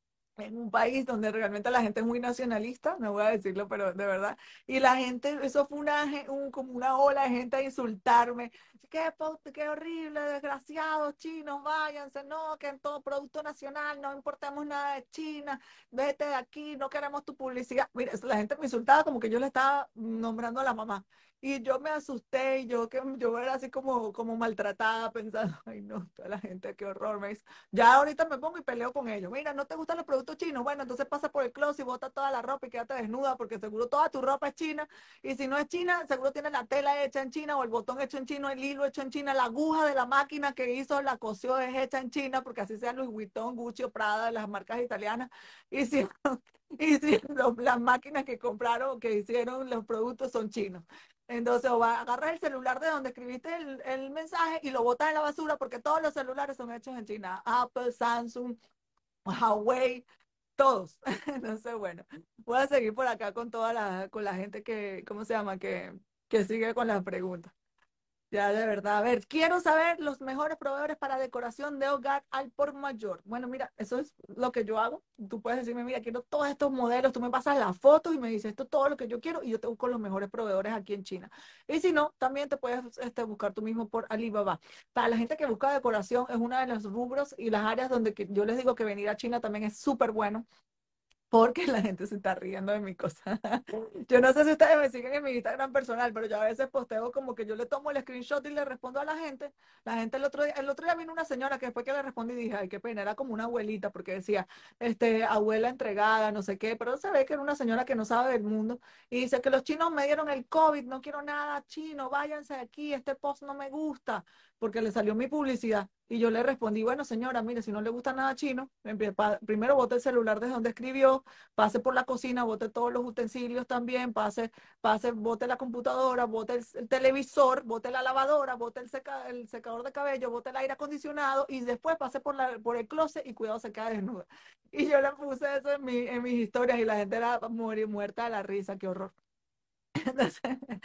en un país donde realmente la gente es muy nacionalista, no voy a decirlo, pero de verdad, y la gente, eso fue una, ge- un, como una ola de gente a insultarme, qué, po- qué horrible, desgraciados chinos, váyanse, no, que en todo producto nacional, no importamos nada de China, vete de aquí, no queremos tu publicidad. Mira, la gente me insultaba como que yo le estaba nombrando a la mamá. Y yo me asusté y yo que yo era así como, como maltratada pensando, ay no, toda la gente, qué horror, me dice. Ya ahorita me pongo y peleo con ellos. Mira, ¿no te gustan los productos chinos? Bueno, entonces pasa por el closet y bota toda la ropa y quédate desnuda porque seguro toda tu ropa es china. Y si no es china, seguro tiene la tela hecha en China o el botón hecho en chino, el hilo hecho en China, la aguja de la máquina que hizo, la cosió es hecha en China porque así sea Louis Vuitton, Gucci o Prada, las marcas italianas. Y si, y si los- las máquinas que compraron, que hicieron los productos son chinos. Entonces, o va, agarras el celular de donde escribiste el, el mensaje y lo botas en la basura porque todos los celulares son hechos en China. Apple, Samsung, Huawei, todos. Entonces, bueno, voy a seguir por acá con toda la, con la gente que, ¿cómo se llama? Que, que sigue con las preguntas. Ya, de verdad. A ver, quiero saber los mejores proveedores para decoración de hogar al por mayor. Bueno, mira, eso es lo que yo hago. Tú puedes decirme, mira, quiero todos estos modelos, tú me pasas la foto y me dices, esto es todo lo que yo quiero y yo te busco los mejores proveedores aquí en China. Y si no, también te puedes este, buscar tú mismo por Alibaba. Para la gente que busca decoración, es una de los rubros y las áreas donde que yo les digo que venir a China también es súper bueno porque la gente se está riendo de mi cosa. Yo no sé si ustedes me siguen en mi Instagram personal, pero yo a veces posteo como que yo le tomo el screenshot y le respondo a la gente. La gente el otro día, el otro día vino una señora que después que le respondí dije, ay, qué pena, era como una abuelita, porque decía, este, abuela entregada, no sé qué, pero se ve que era una señora que no sabe del mundo. Y dice que los chinos me dieron el COVID, no quiero nada chino, váyanse de aquí, este post no me gusta, porque le salió mi publicidad. Y yo le respondí, bueno, señora, mire, si no le gusta nada chino, empie- pa- primero bote el celular desde donde escribió, pase por la cocina, bote todos los utensilios también, pase, pase, bote la computadora, bote el, el televisor, bote la lavadora, bote el, seca, el secador de cabello, bote el aire acondicionado y después pase por, la, por el closet y cuidado se queda desnuda. Y yo le puse eso en, mi, en mis historias y la gente era morir, muerta de la risa, qué horror. Entonces,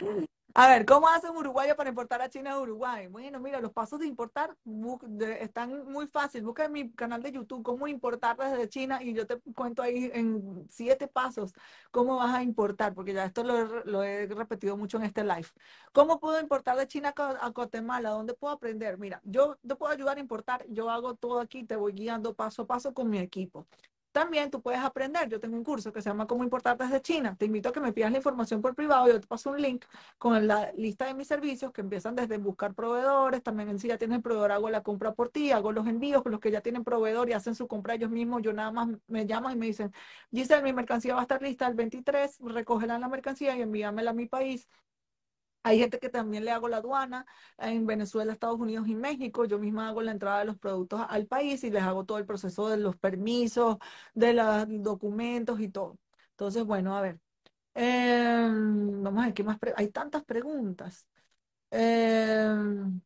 a ver, ¿cómo hace un uruguayo para importar a China de Uruguay? Bueno, mira, los pasos de importar bu- de- están muy fácil. Busca en mi canal de YouTube cómo importar desde China y yo te cuento ahí en siete pasos cómo vas a importar, porque ya esto lo, he- lo he repetido mucho en este live. ¿Cómo puedo importar de China a Gua- a Guatemala? ¿Dónde puedo aprender? Mira, yo te puedo ayudar a importar, yo hago todo aquí, te voy guiando paso a paso con mi equipo. También tú puedes aprender. Yo tengo un curso que se llama Cómo importar desde China. Te invito a que me pidas la información por privado. Yo te paso un link con la lista de mis servicios que empiezan desde buscar proveedores. También en si ya tienes el proveedor, hago la compra por ti, hago los envíos con los que ya tienen proveedor y hacen su compra ellos mismos. Yo nada más me llaman y me dicen, Giselle, mi mercancía va a estar lista el veintitrés, recógela la mercancía y envíamela a mi país. Hay gente que también le hago la aduana en Venezuela, Estados Unidos y México. Yo misma hago la entrada de los productos al país y les hago todo el proceso de los permisos, de los documentos y todo. Entonces, bueno, a ver. Em, vamos a ver qué más. pre- Hay tantas preguntas. Em,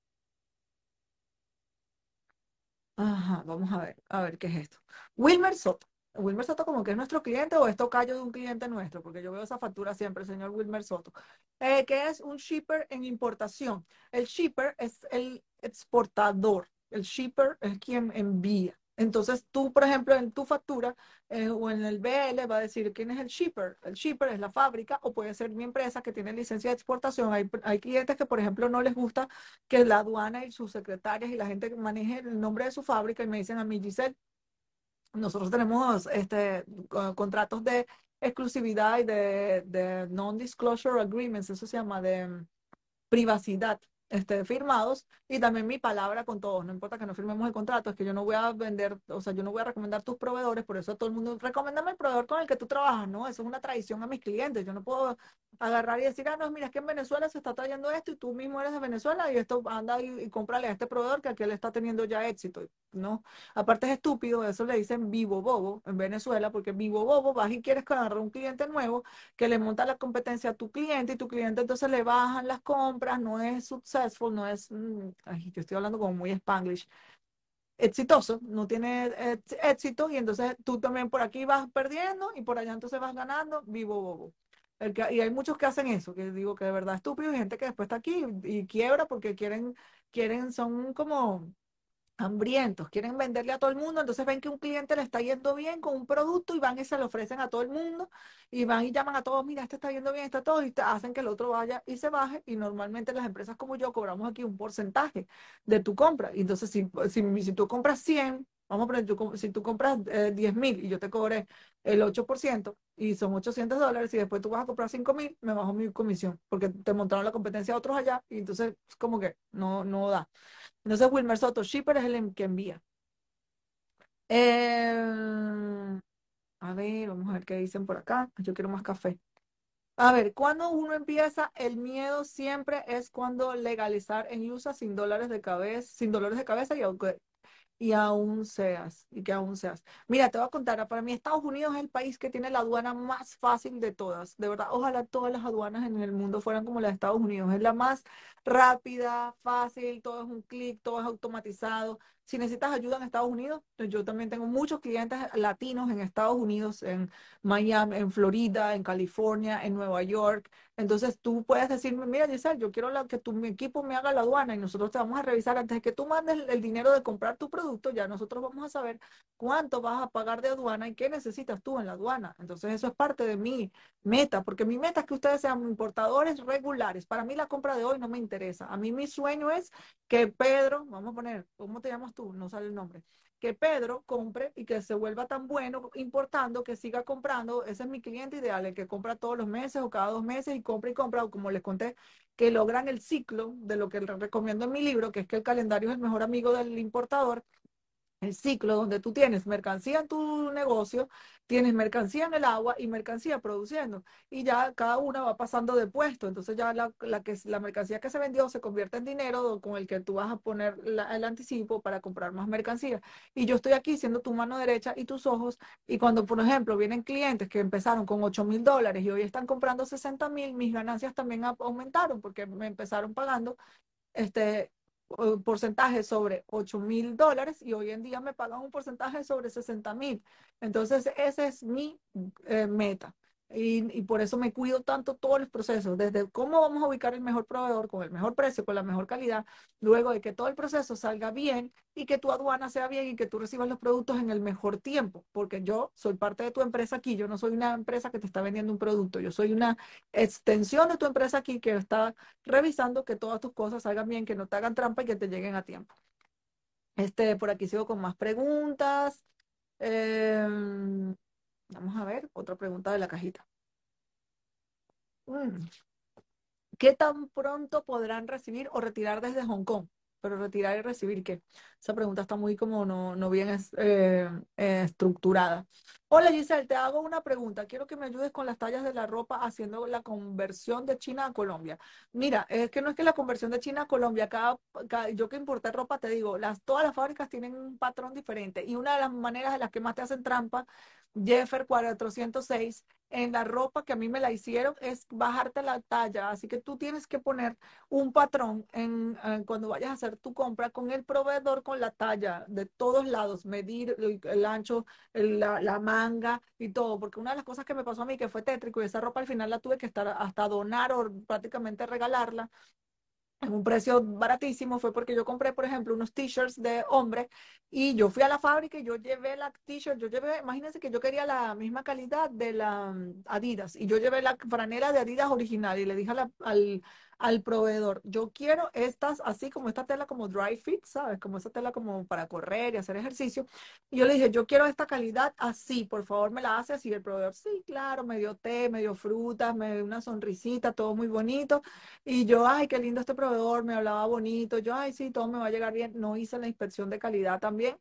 Ajá, vamos a ver, a ver qué es esto. Wilmer Soto. Wilmer Soto como que es nuestro cliente o es tocayo de un cliente nuestro, porque yo veo esa factura siempre, señor Wilmer Soto. Eh, ¿qué es un shipper en importación? El shipper es el exportador. El shipper es quien envía. Entonces tú, por ejemplo, en tu factura eh, o en el B L va a decir quién es el shipper. El shipper es la fábrica o puede ser mi empresa que tiene licencia de exportación. Hay, hay clientes que, por ejemplo, no les gusta que la aduana y sus secretarias y la gente que maneje el nombre de su fábrica y me dicen a mí, Giselle, nosotros tenemos este, co- contratos de exclusividad y de, de non-disclosure agreements, eso se llama, de privacidad este, firmados y también mi palabra con todos. No importa que no firmemos el contrato, es que yo no voy a vender, o sea, yo no voy a recomendar tus proveedores, por eso todo el mundo, recomiéndame el proveedor con el que tú trabajas, ¿no? Eso es una traición a mis clientes. Yo no puedo agarrar y decir, ah, no, mira, es que en Venezuela se está trayendo esto y tú mismo eres de Venezuela y esto anda y, y cómprale a este proveedor que aquí él está teniendo ya éxito. No, aparte es estúpido, eso le dicen vivo bobo en Venezuela, porque vivo bobo vas y quieres agarrar un cliente nuevo que le monta la competencia a tu cliente y tu cliente entonces le bajan las compras, no es successful, no es, mm, ay, yo estoy hablando como muy spanglish, exitoso, no tiene eh, éxito y entonces tú también por aquí vas perdiendo y por allá entonces vas ganando, vivo bobo. El que, y hay muchos que hacen eso, que digo que de verdad estúpido y gente que después está aquí y, y quiebra porque quieren, quieren, son como hambrientos, quieren venderle a todo el mundo, entonces ven que un cliente le está yendo bien con un producto y van y se lo ofrecen a todo el mundo y van y llaman a todos, mira, este está yendo bien, está todo, y te hacen que el otro vaya y se baje y normalmente las empresas como yo cobramos aquí un porcentaje de tu compra. Y entonces si, si, si tú compras cien, vamos a poner, tú, si tú compras eh, diez mil y yo te cobré el ocho por ciento y son ochocientos dólares y después tú vas a comprar cinco mil, me bajo mi comisión porque te montaron la competencia a otros allá y entonces como que no, no da. Entonces Wilmer Soto, shipper es el que envía. Eh, a ver, vamos a ver qué dicen por acá. Yo quiero más café. A ver, cuando uno empieza, el miedo siempre es cuando legalizar en U S A sin dólares de cabeza, sin dolores de cabeza y aunque y aún seas, y que aún seas. Mira, te voy a contar, para mí Estados Unidos es el país que tiene la aduana más fácil de todas. De verdad, ojalá todas las aduanas en el mundo fueran como la de Estados Unidos. Es la más rápida, fácil, todo es un clic, todo es automatizado. Si necesitas ayuda en Estados Unidos, pues yo también tengo muchos clientes latinos en Estados Unidos, en Miami, en Florida, en California, en Nueva York. Entonces tú puedes decirme, mira Giselle, yo quiero la, que tu, mi equipo me haga la aduana y nosotros te vamos a revisar antes de que tú mandes el, el dinero de comprar tu producto, ya nosotros vamos a saber cuánto vas a pagar de aduana y qué necesitas tú en la aduana. Entonces eso es parte de mi meta, porque mi meta es que ustedes sean importadores regulares. Para mí la compra de hoy no me interesa. A mí mi sueño es que Pedro, vamos a poner, ¿cómo te llamas tú? No sale el nombre, que Pedro compre y que se vuelva tan bueno importando que siga comprando. Ese es mi cliente ideal, el que compra todos los meses o cada dos meses y compra y compra, o como les conté, que logran el ciclo de lo que les recomiendo en mi libro, que es que el calendario es el mejor amigo del importador. El ciclo donde tú tienes mercancía en tu negocio, tienes mercancía en el agua y mercancía produciendo. Y ya cada una va pasando de puesto. Entonces ya la, la, que, la mercancía que se vendió se convierte en dinero con el que tú vas a poner la, el anticipo para comprar más mercancía. Y yo estoy aquí siendo tu mano derecha y tus ojos. Y cuando, por ejemplo, vienen clientes que empezaron con ocho mil dólares y hoy están comprando sesenta mil, mis ganancias también aumentaron porque me empezaron pagando este porcentaje sobre ocho mil dólares y hoy en día me pagan un porcentaje sobre sesenta mil. Entonces, ese es mi eh, meta. Y, y, por eso me cuido tanto todos los procesos, desde cómo vamos a ubicar el mejor proveedor con el mejor precio, con la mejor calidad, luego de que todo el proceso salga bien y que tu aduana sea bien y que tú recibas los productos en el mejor tiempo, porque yo soy parte de tu empresa aquí, yo no soy una empresa que te está vendiendo un producto, yo soy una extensión de tu empresa aquí que está revisando que todas tus cosas salgan bien, que no te hagan trampa y que te lleguen a tiempo. Este, por aquí sigo con más preguntas. Eh, vamos a ver, otra pregunta de la cajita. Mm. ¿Qué tan pronto podrán recibir o retirar desde Hong Kong? pero retirar y recibir, ¿qué? Esa pregunta está muy como no, no bien es- eh, eh, estructurada. Hola Giselle, te hago una pregunta. Quiero que me ayudes con las tallas de la ropa haciendo la conversión de China a Colombia. Mira, es que no es que la conversión de China a Colombia, cada, cada- yo que importé ropa, te digo, las, todas las fábricas tienen un patrón diferente y una de las maneras de las que más te hacen trampa, Jeffer cuatrocientos seis, en la ropa que a mí me la hicieron es bajarte la talla, así que tú tienes que poner un patrón en, eh, cuando vayas a hacer tu compra con el proveedor con la talla de todos lados, medir el, el ancho, el- la, la manga y todo, porque una de las cosas que me pasó a mí que fue tétrico y esa ropa al final la tuve que estar hasta donar o prácticamente regalarla en un precio baratísimo, fue porque yo compré, por ejemplo, unos t-shirts de hombre y yo fui a la fábrica y yo llevé la t-shirt, yo llevé, imagínense que yo quería la misma calidad de la mm, Adidas y yo llevé la franela de Adidas original y le dije a la- al, al proveedor, yo quiero estas así como esta tela como dry fit, ¿sabes? Como esa tela como para correr y hacer ejercicio. Y yo le dije, yo quiero esta calidad así, por favor me la hace así. Y el proveedor, sí, claro, me dio té, me dio frutas, me dio una sonrisita, todo muy bonito. Y yo, ay, qué lindo este proveedor, me hablaba bonito. Yo, ay, sí, todo me va a llegar bien. No hice la inspección de calidad también.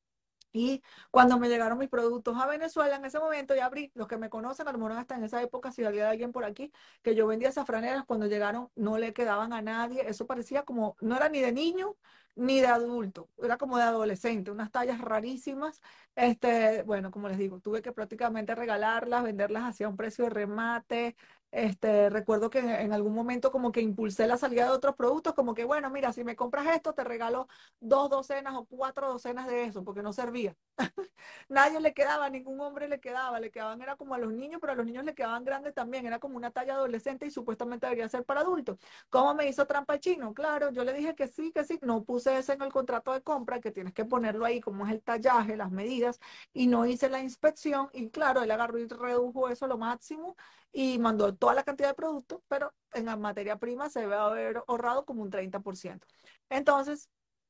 Y cuando me llegaron mis productos a Venezuela, en ese momento ya abrí, los que me conocen, a lo mejor hasta en esa época, si había alguien por aquí, que yo vendía esas franelas, cuando llegaron no le quedaban a nadie. Eso parecía como, no era ni de niño ni de adulto, era como de adolescente, unas tallas rarísimas. Este, bueno, como les digo, tuve que prácticamente regalarlas, venderlas hacia un precio de remate. Este, recuerdo que en, en algún momento como que impulsé la salida de otros productos, como que, bueno, mira, si me compras esto, te regalo dos docenas o cuatro docenas de eso, porque no servía. Nadie le quedaba, ningún hombre le quedaba, le quedaban, era como a los niños, pero a los niños le quedaban grandes también, era como una talla adolescente y supuestamente debería ser para adultos. ¿Cómo me hizo trampa el chino? Claro, yo le dije que sí, que sí, no puse eso en el contrato de compra, que tienes que ponerlo ahí como es el tallaje, las medidas, y no hice la inspección, y claro, él agarró y redujo eso lo máximo y mandó toda la cantidad de productos, pero en la materia prima se debe haber ahorrado como un treinta por ciento. Entonces,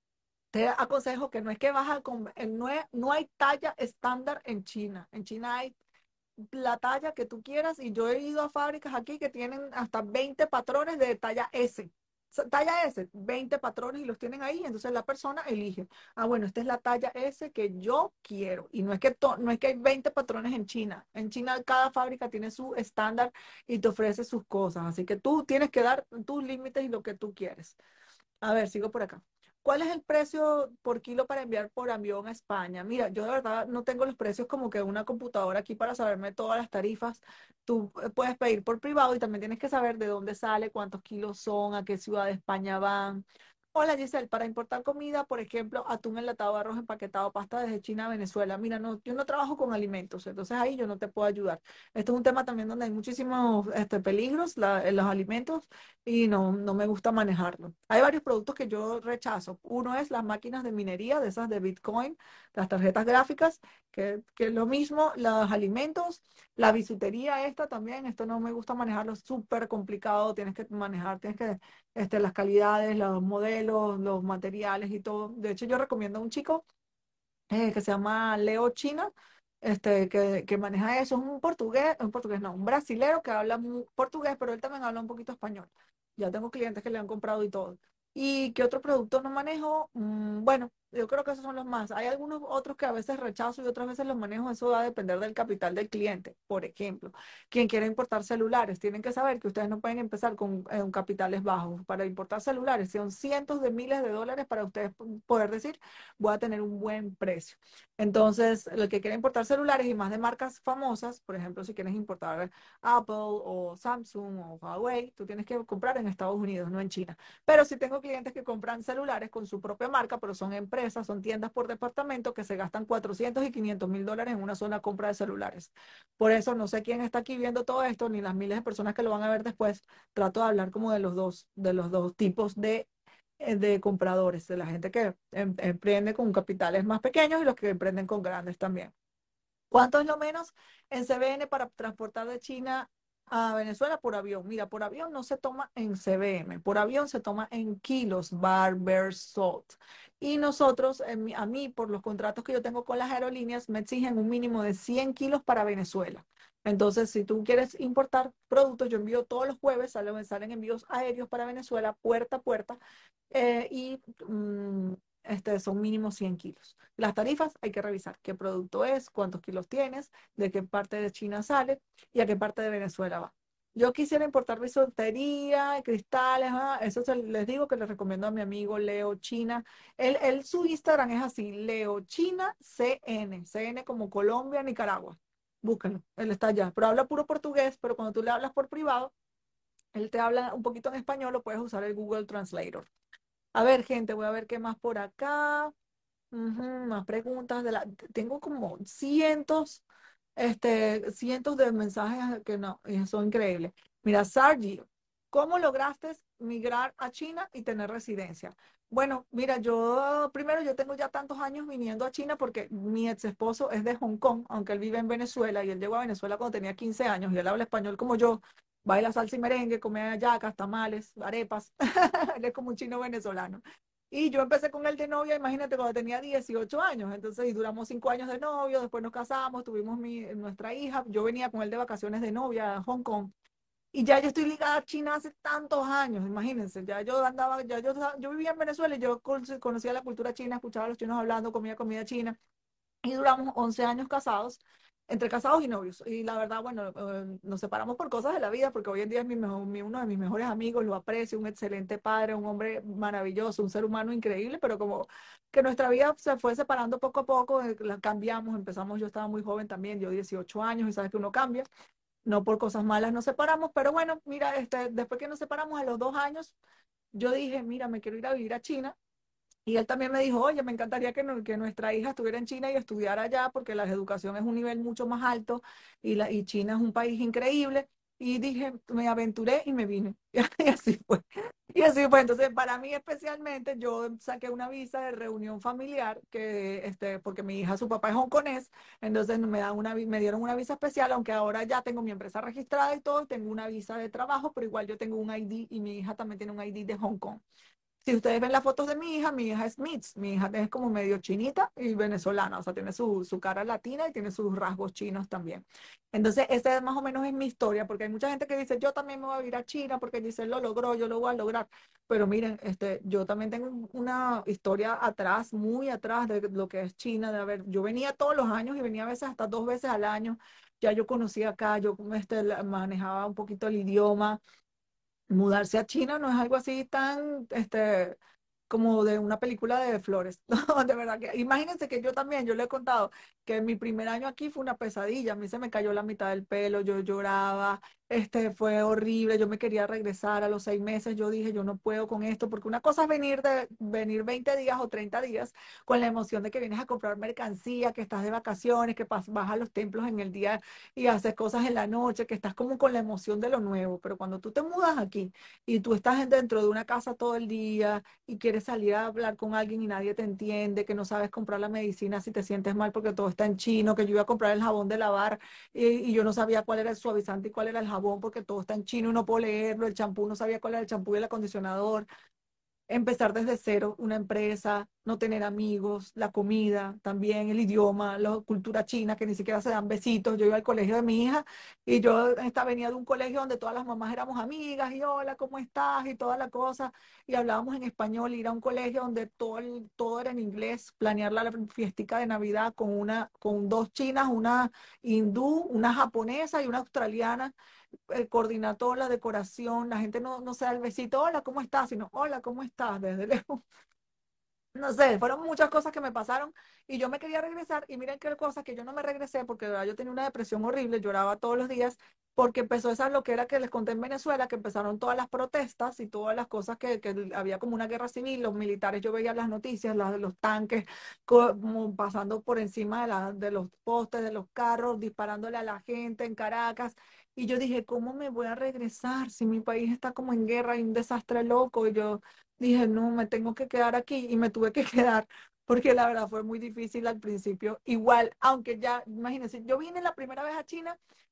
te aconsejo que no es que vas a, com- eh, no, es- no hay talla estándar en China. En China hay la talla que tú quieras y yo he ido a fábricas aquí que tienen hasta veinte patrones de talla S. S- Talla S, veinte patrones y los tienen ahí, entonces la persona elige, ah, bueno, esta es la talla S que yo quiero. Y no es que, to- no es que hay veinte patrones en China. En China cada fábrica tiene su estándar y te ofrece sus cosas. Así que tú tienes que dar tus límites y lo que tú quieres. A ver, sigo por acá. ¿Cuál es el precio por kilo para enviar por avión a España? Mira, yo de verdad no tengo los precios como que una computadora aquí para saberme todas las tarifas. Tú eh, puedes pedir por privado y también tienes que saber de dónde sale, cuántos kilos son, a qué ciudad de España van. Hola Giselle, para importar comida, por ejemplo, atún enlatado, arroz empaquetado, pasta desde China a Venezuela. Mira, no, yo no trabajo con alimentos, entonces ahí yo no te puedo ayudar. Esto es un tema también donde hay muchísimos este, peligros, la- en los alimentos y no, no me gusta manejarlo. Hay varios productos que yo rechazo. Uno es las máquinas de minería, de esas de Bitcoin, las tarjetas gráficas, que, que es lo mismo, los alimentos, la bisutería esta también, esto no me gusta manejarlo, es súper complicado, tienes que manejar, tienes que, este, las calidades, los modelos, los materiales y todo. De hecho, yo recomiendo a un chico eh, que se llama Leo China, este, que, que maneja eso. Es un portugués, un portugués no, un brasilero que habla mu- portugués, pero él también habla un poquito español. Ya tengo clientes que le han comprado y todo. ¿Y qué otro producto no manejo? Mm, bueno, yo creo que esos son los más. Hay algunos otros que a veces rechazo y otras veces los manejo. Eso va a depender del capital del cliente. Por ejemplo, quien quiere importar celulares, tienen que saber que ustedes no pueden empezar con eh, un capitales bajos. Para importar celulares, son cientos de miles de dólares para ustedes poder decir, voy a tener un buen precio. Entonces, el que quiere importar celulares y más de marcas famosas, por ejemplo, si quieres importar Apple o Samsung o Huawei, tú tienes que comprar en Estados Unidos, no en China. Pero sí tengo clientes que compran celulares con su propia marca, pero son empresas, son tiendas por departamento que se gastan cuatrocientos y quinientos mil dólares en una sola compra de celulares. Por eso no sé quién está aquí viendo todo esto, ni las miles de personas que lo van a ver después. Trato de hablar como de los dos, de los dos tipos de eh, de compradores, de la gente que em- emprende con capitales más pequeños y los que emprenden con grandes también. ¿Cuánto es lo menos en C B N para transportar de China a Venezuela por avión. Mira, por avión no se toma en C B M, por avión se toma en kilos, bar, bear, salt. Y nosotros, en mi- a mí, por los contratos que yo tengo con las aerolíneas, me exigen un mínimo de cien kilos para Venezuela. Entonces, si tú quieres importar productos, yo envío todos los jueves, salen, salen envíos aéreos para Venezuela, puerta a puerta, eh, y mm, este, son mínimo cien kilos. Las tarifas hay que revisar qué producto es, cuántos kilos tienes, de qué parte de China sale y a qué parte de Venezuela va. Yo quisiera importar bisutería, cristales, ah, eso se- les digo que les recomiendo a mi amigo Leo China. Él, él, su Instagram es así, Leo China C N, C N como Colombia, Nicaragua. Búsquenlo, él está allá, pero habla puro portugués, pero cuando tú le hablas por privado, él te habla un poquito en español, o puedes usar el Google Translator. A ver, gente, voy a ver qué más por acá. Ujú, más preguntas de la. Tengo como cientos, este, cientos de mensajes que no, y son increíbles. Mira, Sargi, ¿cómo lograste migrar a China y tener residencia? Bueno, mira, yo primero yo tengo ya tantos años viniendo a China porque mi ex esposo es de Hong Kong, aunque él vive en Venezuela y él llegó a Venezuela cuando tenía quince años y él habla español como yo, baila salsa y merengue, come hallacas, tamales, arepas, él es como un chino venezolano. Y yo empecé con él de novia, imagínate, cuando tenía dieciocho años. Entonces, y duramos cinco años de novio, después nos casamos, tuvimos mi, nuestra hija. Yo venía con él de vacaciones de novia a Hong Kong. Y ya yo estoy ligada a China hace tantos años, imagínense. Ya yo andaba, ya yo, yo vivía en Venezuela y yo conocía la cultura china, escuchaba a los chinos hablando, comía comida china. Y duramos once años casados, entre casados y novios. Y la verdad, bueno, eh, nos separamos por cosas de la vida, porque hoy en día es mi mejor- mi- uno de mis mejores amigos, lo aprecio, un excelente padre, un hombre maravilloso, un ser humano increíble, pero como que nuestra vida se fue separando poco a poco, eh, la cambiamos, empezamos, yo estaba muy joven también, yo dieciocho años, y sabes que uno cambia, no por cosas malas nos separamos, pero bueno, mira, este, después que nos separamos a los dos años, yo dije, mira, me quiero ir a vivir a China, y él también me dijo, oye, me encantaría que, no- que nuestra hija estuviera en China y estudiara allá porque la educación es un nivel mucho más alto y, la, y China es un país increíble. Y dije, me aventuré y me vine. Y así fue. Y así fue. Entonces, para mí especialmente, yo saqué una visa de reunión familiar, que, este, porque mi hija, su papá es hongkonés, entonces me, dan una, vi- me dieron una visa especial, aunque ahora ya tengo mi empresa registrada y todo, tengo una visa de trabajo, pero igual yo tengo un I D y mi hija también tiene un I D de Hong Kong. Si ustedes ven las fotos de mi hija, mi hija es mix, mi hija es como medio chinita y venezolana, o sea, tiene su, su cara latina y tiene sus rasgos chinos también. Entonces, esa más o menos es mi historia, porque hay mucha gente que dice, yo también me voy a ir a China porque dice, lo logró, yo lo voy a lograr. Pero miren, este, yo también tengo una historia atrás, muy atrás de lo que es China, de haber, yo venía todos los años y venía a veces hasta dos veces al año, ya yo conocía acá, yo este, manejaba un poquito el idioma. Mudarse a China no es algo así tan, este, como de una película de flores. No, de verdad que, imagínense que yo también, yo le he contado que mi primer año aquí fue una pesadilla. A mí se me cayó la mitad del pelo, yo lloraba, este, fue horrible, yo me quería regresar a los seis meses. Yo dije, yo no puedo con esto, porque una cosa es venir de, venir veinte días o treinta días con la emoción de que vienes a comprar mercancía, que estás de vacaciones, que pas- vas a los templos en el día y haces cosas en la noche, que estás como con la emoción de lo nuevo. Pero cuando tú te mudas aquí y tú estás dentro de una casa todo el día y quieres salir a hablar con alguien y nadie te entiende, que no sabes comprar la medicina si te sientes mal porque todo está en chino, que yo iba a comprar el jabón de lavar y, y yo no sabía cuál era el suavizante y cuál era el jabón porque todo está en chino y no puedo leerlo, el champú, no sabía cuál era el champú y el acondicionador. Empezar desde cero una empresa, no tener amigos, la comida, también el idioma, la cultura china, que ni siquiera se dan besitos. Yo iba al colegio de mi hija y yo esta, venía de un colegio donde todas las mamás éramos amigas y hola, ¿cómo estás? Y toda la cosa. Y hablábamos en español, ir a un colegio donde todo, el- todo era en inglés, planear la fiestica de Navidad con, una, con dos chinas, una hindú, una japonesa y una australiana, eh, coordinar toda la decoración, la gente no, no se da el besito, hola, ¿cómo estás? Sino, hola, ¿cómo estás? Desde lejos. No sé, fueron muchas cosas que me pasaron y yo me quería regresar y miren qué cosa que yo no me regresé porque de verdad yo tenía una depresión horrible, lloraba todos los días porque empezó esa loquera que les conté en Venezuela, que empezaron todas las protestas y todas las cosas que, que había como una guerra civil, los militares, yo veía las noticias, las de los tanques como pasando por encima de, la, de los postes, de los carros, disparándole a la gente en Caracas. Y yo dije, ¿cómo me voy a regresar si mi país está como en guerra y un desastre loco? Y yo dije, no, me tengo que quedar aquí y me tuve que quedar porque la verdad fue muy difícil al principio. Igual, aunque ya, imagínense, yo vine la primera vez a China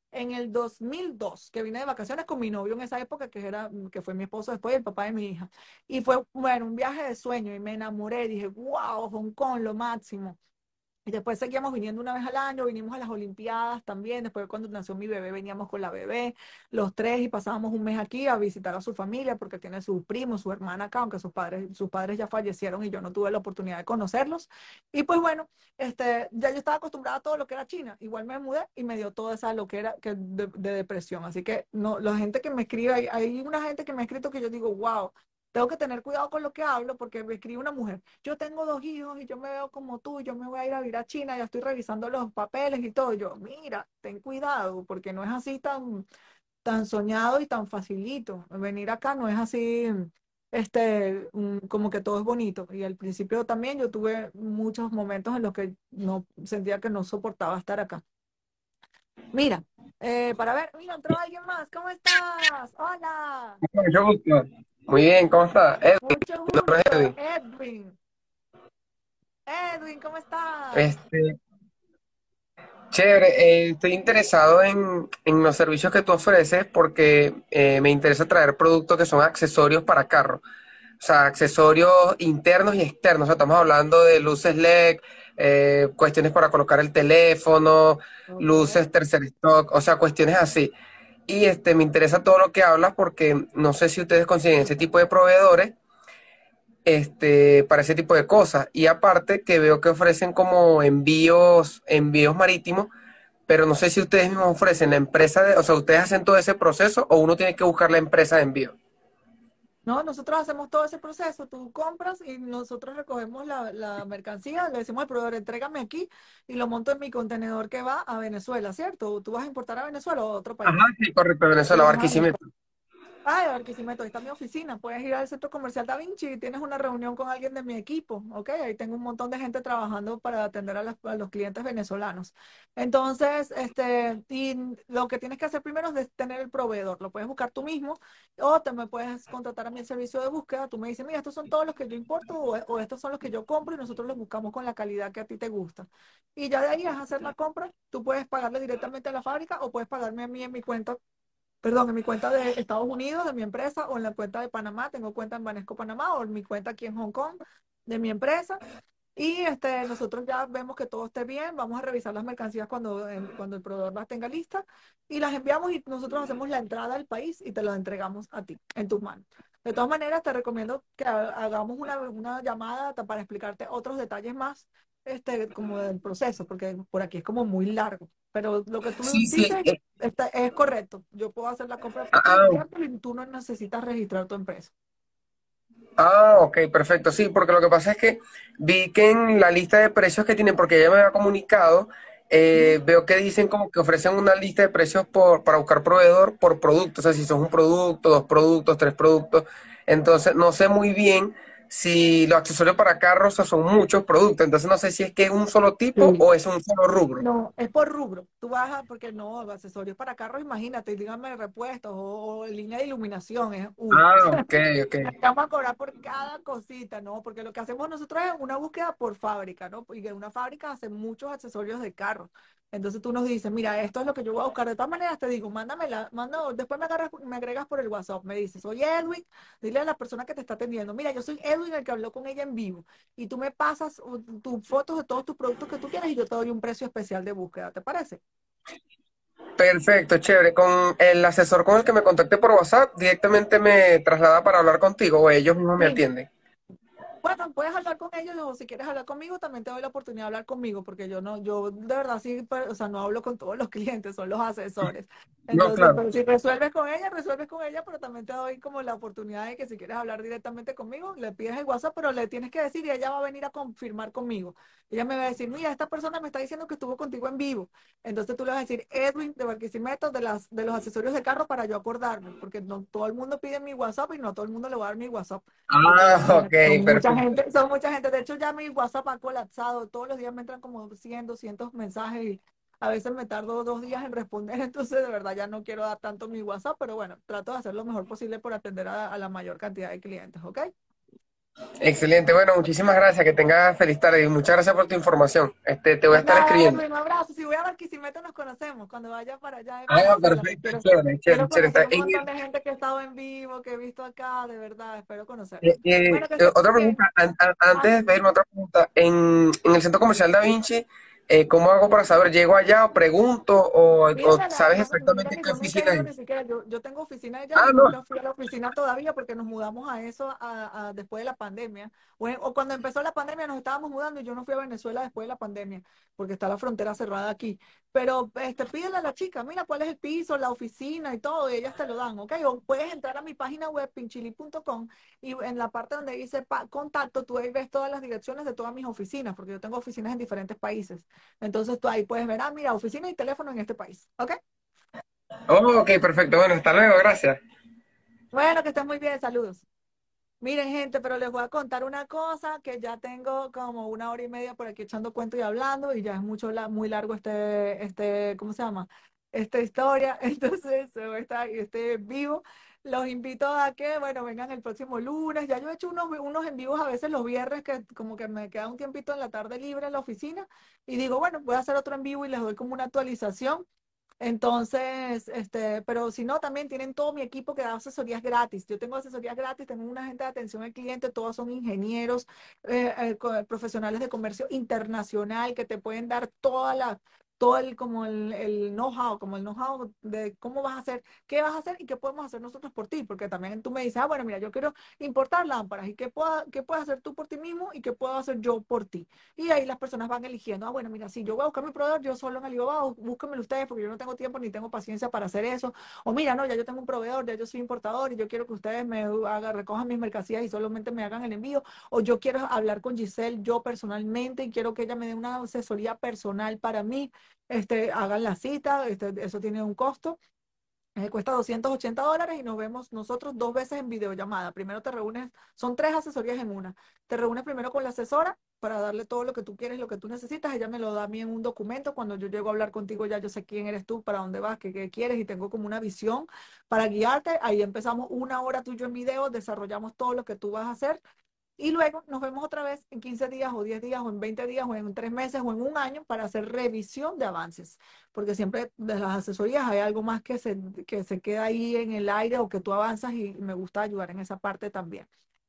en el dos mil dos, que vine de vacaciones con mi novio en esa época, que era, que fue mi esposo después y el papá de mi hija. Y fue, bueno, un viaje de sueño y me enamoré, dije, wow, Hong Kong, lo máximo. Y después seguíamos viniendo una vez al año, vinimos a las Olimpiadas también, después cuando nació mi bebé veníamos con la bebé, los tres, y pasábamos un mes aquí a visitar a su familia porque tiene sus primos, su hermana acá, aunque sus padres, sus padres ya fallecieron y yo no tuve la oportunidad de conocerlos. Y pues bueno, este, ya yo estaba acostumbrada a todo lo que era China, igual me mudé y me dio toda esa lo que era que de, de depresión. Así que no, la gente que me escribe, hay, hay una gente que me ha escrito que yo digo, wow, tengo que tener cuidado con lo que hablo porque me escribe una mujer, yo tengo dos hijos y yo me veo como tú, yo me voy a ir a vivir a China, ya estoy revisando los papeles y todo. Yo, mira, ten cuidado porque no es así tan, tan soñado y tan facilito. Venir acá no es así, este, mm, como que todo es bonito. Y al principio también yo tuve muchos momentos en los que no sentía que no soportaba estar acá. Mira, eh, para ver, mira, entró alguien más. ¿Cómo estás? Hola, Mucho gusto. Muy bien, ¿cómo está? Edwin, mucho mi nombre es gusto, Edwin. Edwin. Edwin, ¿cómo estás? Este, chévere, eh, estoy interesado en, en los servicios que tú ofreces porque eh, me interesa traer productos que son accesorios para carro. O sea, accesorios internos y externos. O sea, estamos hablando de luces L E D, eh, cuestiones para colocar el teléfono, Ok. luces tercer stock, o sea, cuestiones así. Y este, me interesa todo lo que hablas porque no sé si ustedes consiguen ese tipo de proveedores este, para ese tipo de cosas. Y aparte que veo que ofrecen como envíos, envíos marítimos, pero no sé si ustedes mismos ofrecen la empresa de, o sea, ustedes hacen todo ese proceso o uno tiene que buscar la empresa de envío. No, nosotros hacemos todo ese proceso, tú compras y nosotros recogemos la, la mercancía, le decimos al proveedor, entrégame aquí y lo monto en mi contenedor que va a Venezuela, ¿cierto? Tú vas a importar a Venezuela o a otro Ajá, país. sí, correcto, Y Venezuela, lo vas a Barquisimeto. Ay, Barquisimeto, ahí está mi oficina. Puedes ir al centro comercial Da Vinci y tienes una reunión con alguien de mi equipo, ¿ok? Ahí tengo un montón de gente trabajando para atender a, las- a los clientes venezolanos. Entonces, este, y lo que tienes que hacer primero es de- tener el proveedor. Lo puedes buscar tú mismo o te me puedes contratar a mi servicio de búsqueda. Tú me dices, mira, estos son todos los que yo importo o, o estos son los que yo compro y nosotros los buscamos con la calidad que a ti te gusta. Y ya de ahí es hacer la compra. Tú puedes pagarle directamente a la fábrica o puedes pagarme a mí en mi cuenta, perdón, en mi cuenta de Estados Unidos, de mi empresa, o en la cuenta de Panamá, tengo cuenta en Banesco Panamá, o en mi cuenta aquí en Hong Kong, de mi empresa. Y este, nosotros ya vemos que todo esté bien, vamos a revisar las mercancías cuando, em, cuando el proveedor las tenga listas y las enviamos y nosotros hacemos la entrada al país y te las entregamos a ti, en tus manos. De todas maneras, te recomiendo que ha- hagamos una, una llamada ta- para explicarte otros detalles más, este, como del proceso, porque por aquí es como muy largo. Pero lo que tú Sí, sí. dices eh, está, es correcto. Yo puedo hacer la compra por ti, ah, enviártelo y tú no necesitas registrar tu empresa. ah, ok, perfecto. Sí, porque lo que pasa es que vi que en la lista de precios que tienen, porque ella me había comunicado, eh, Ujú. veo que dicen como que ofrecen una lista de precios por, para buscar proveedor por producto. O sea, si son un producto, dos productos, tres productos. Entonces, no sé muy bien si los accesorios para carros, o sea, son muchos productos. Entonces, no sé si es que es un solo tipo Sí. o es un solo rubro. No, es por rubro. Tú vas a, porque no, accesorios para carros, imagínate, dígame repuestos o, o línea de iluminación, es uno. Ah, ok, ok. Vamos a cobrar por cada cosita, ¿no? Porque lo que hacemos nosotros es una búsqueda por fábrica, ¿no? Y que una fábrica hace muchos accesorios de carro. Entonces tú nos dices, mira, esto es lo que yo voy a buscar. De todas maneras te digo, mándamela, manda, después me agarras, me agregas por el WhatsApp, me dices, oye Edwin, dile a la persona que te está atendiendo, mira, yo soy Edwin el que habló con ella en vivo y tú me pasas uh, tus fotos de todos tus productos que tú quieres y yo te doy un precio especial de búsqueda, ¿te parece? Perfecto, chévere. Con el asesor con el que me contacté por WhatsApp, directamente me traslada para hablar contigo o ellos mismos me Sí. atienden. Bueno, puedes hablar con ellos o si quieres hablar conmigo, también te doy la oportunidad de hablar conmigo, porque yo no, yo de verdad sí, pero, o sea, no hablo con todos los clientes, son los asesores. No, Entonces, claro. pero si resuelves con ella, resuelves con ella, pero también te doy como la oportunidad de que si quieres hablar directamente conmigo, le pides el WhatsApp, pero le tienes que decir y ella va a venir a confirmar conmigo. Ella me va a decir, mira, esta persona me está diciendo que estuvo contigo en vivo. Entonces tú le vas a decir, Edwin de Barquisimeto, de las, de los accesorios de carro para yo acordarme, porque no todo el mundo pide mi WhatsApp y no todo el mundo le va a dar mi WhatsApp. Porque Ah, ok, imagínate, son mucha perfecto. gente, son mucha gente. De hecho, ya mi WhatsApp ha colapsado. Todos los días me entran como cien, doscientos mensajes y a veces me tardo dos días en responder. Entonces, de verdad, ya no quiero dar tanto mi WhatsApp, pero bueno, trato de hacer lo mejor posible por atender a, a la mayor cantidad de clientes, ¿ok? Excelente, bueno, muchísimas gracias, que tengas feliz tarde y muchas gracias por tu información. Este, te voy a estar Nada, escribiendo. Edwin, un abrazo. Si voy a Barquisimeto nos conocemos cuando vaya para allá en Ah, Venezuela. perfecto, Quiero, chévere, quiero chévere, chévere. Está conocer un en montón el- de gente que he estado en vivo, que he visto acá, de verdad, espero conocerlos. eh, eh, Bueno, que eh, estén otra muy bien. pregunta, an- an- antes Ah, de pedirme otra pregunta, en, en el Centro Comercial Da Vinci, eh, ¿cómo hago para saber? ¿Llego allá o pregunto o, o mira, la- sabes no, no, mira exactamente que qué yo nunca he oficina ido ni es? siquiera, yo, yo tengo oficina allá Ah, y no. nunca fui a la oficina todavía porque nos mudamos a eso a- a- después de la pandemia. O, en- o cuando empezó la pandemia nos estábamos mudando y yo no fui a Venezuela después de la pandemia porque está la frontera cerrada aquí. Pero este, pídele a la chica, mira cuál es el piso, la oficina y todo, y ellas te lo dan, ¿ok? O puedes entrar a mi página web, pinchili punto com, y en la parte donde dice pa- contacto, tú ahí ves todas las direcciones de todas mis oficinas, porque yo tengo oficinas en diferentes países. Entonces tú ahí puedes ver, ah, mira, oficina y teléfono en este país, ¿ok? Oh, ok, perfecto. Bueno, hasta luego, gracias. Bueno, que estés muy bien, saludos. Miren, gente, pero les voy a contar una cosa, que ya tengo como una hora y media por aquí echando cuento y hablando, y ya es mucho, la- muy largo este, este, ¿cómo se llama? Esta historia. Entonces, eh, está, este vivo. Los invito a que, bueno, vengan el próximo lunes. Ya yo he hecho unos, unos en vivos a veces los viernes, que como que me queda un tiempito en la tarde libre en la oficina, y digo, bueno, voy a hacer otro en vivo y les doy como una actualización. Entonces, este, pero si no, también tienen todo mi equipo que da asesorías gratis. Yo tengo asesorías gratis, tengo una gente de atención al cliente, todos son ingenieros, eh, eh, co- profesionales de comercio internacional que te pueden dar toda la, todo el, como el, el know-how, como el know-how de cómo vas a hacer, qué vas a hacer y qué podemos hacer nosotros por ti. Porque también tú me dices, ah, bueno, mira, yo quiero importar lámparas y qué, puedo, qué puedes hacer tú por ti mismo y qué puedo hacer yo por ti. Y ahí las personas van eligiendo, ah, bueno, mira, si yo voy a buscar mi proveedor, yo solo en Alibaba, o búsquenmelo ustedes porque yo no tengo tiempo ni tengo paciencia para hacer eso. O mira, no, ya yo tengo un proveedor, ya yo soy importador y yo quiero que ustedes me hagan, recojan mis mercancías y solamente me hagan el envío. O yo quiero hablar con Giselle yo personalmente y quiero que ella me dé una asesoría personal para mí. Este, hagan la cita, este, eso tiene un costo. Eh, cuesta doscientos ochenta dólares y nos vemos nosotros dos veces en videollamada. Primero te reúnes, son tres asesorías en una. Te reúnes primero con la asesora para darle todo lo que tú quieres, lo que tú necesitas. Ella me lo da a mí en un documento. Cuando yo llego a hablar contigo, ya yo sé quién eres tú, para dónde vas, qué, qué quieres y tengo como una visión para guiarte. Ahí empezamos una hora tuyo en video, desarrollamos todo lo que tú vas a hacer y luego nos vemos otra vez en quince días o diez días o en veinte días o en tres meses o en un año para hacer revisión de avances. Porque siempre de las asesorías hay algo más que se, que se queda ahí en el aire o que tú avanzas y me gusta ayudar en esa parte también.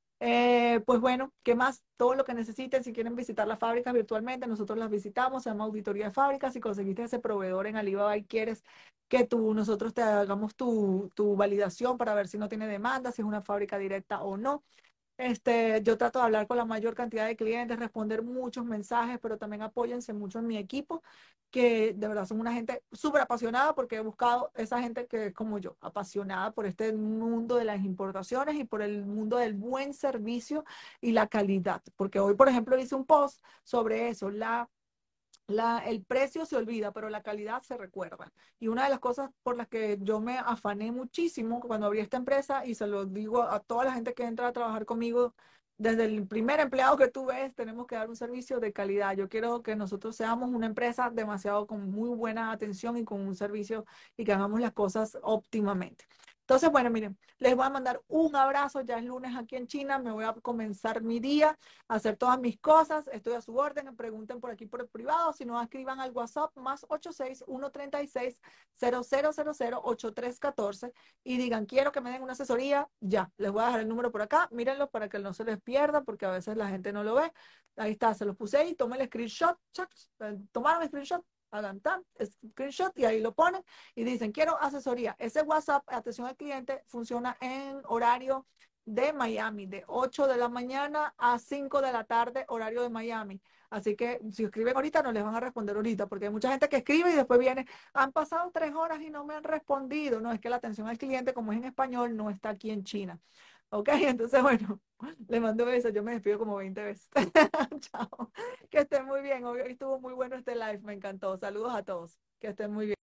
Eh, pues bueno, ¿qué más? Todo lo que necesiten, si quieren visitar las fábricas virtualmente, nosotros las visitamos, se llama auditoría de fábricas. Si conseguiste ese proveedor en Alibaba y quieres que tú, nosotros te hagamos tu, tu validación para ver si no tiene demanda, si es una fábrica directa o no. Este, yo trato de hablar con la mayor cantidad de clientes, responder muchos mensajes, pero también apóyense mucho en mi equipo, que de verdad son una gente súper apasionada porque he buscado esa gente que es como yo, apasionada por este mundo de las importaciones y por el mundo del buen servicio y la calidad. Porque hoy, por ejemplo, hice un post sobre eso, la la, el precio se olvida, pero la calidad se recuerda. Y una de las cosas por las que yo me afané muchísimo cuando abrí esta empresa, y se lo digo a toda la gente que entra a trabajar conmigo, desde el primer empleado que tú ves, tenemos que dar un servicio de calidad. Yo quiero que nosotros seamos una empresa demasiado con muy buena atención y con un servicio y que hagamos las cosas óptimamente. Entonces, bueno, miren, les voy a mandar un abrazo. Ya es lunes aquí en China, me voy a comenzar mi día hacer todas mis cosas. Estoy a su orden. Pregunten por aquí por el privado. Si no, escriban al WhatsApp más ocho seis uno tres seis cero cero cero cero ocho tres uno cuatro y digan, quiero que me den una asesoría. Ya, les voy a dejar el número por acá. Mírenlo para que no se les pierda, porque a veces la gente no lo ve. Ahí está, se los puse ahí. Tomen el screenshot. Tomaron el screenshot. Hagan tan, screenshot y ahí lo ponen y dicen, quiero asesoría. Ese WhatsApp, atención al cliente, funciona en horario de Miami, de ocho de la mañana a cinco de la tarde, horario de Miami. Así que si escriben ahorita, no les van a responder ahorita, porque hay mucha gente que escribe y después viene, han pasado tres horas y no me han respondido. No, es que la atención al cliente, como es en español, no está aquí en China. Ok, entonces bueno, les mando besos, yo me despido como veinte veces. Chao, que estén muy bien. Hoy estuvo muy bueno este live, me encantó. Saludos a todos, que estén muy bien.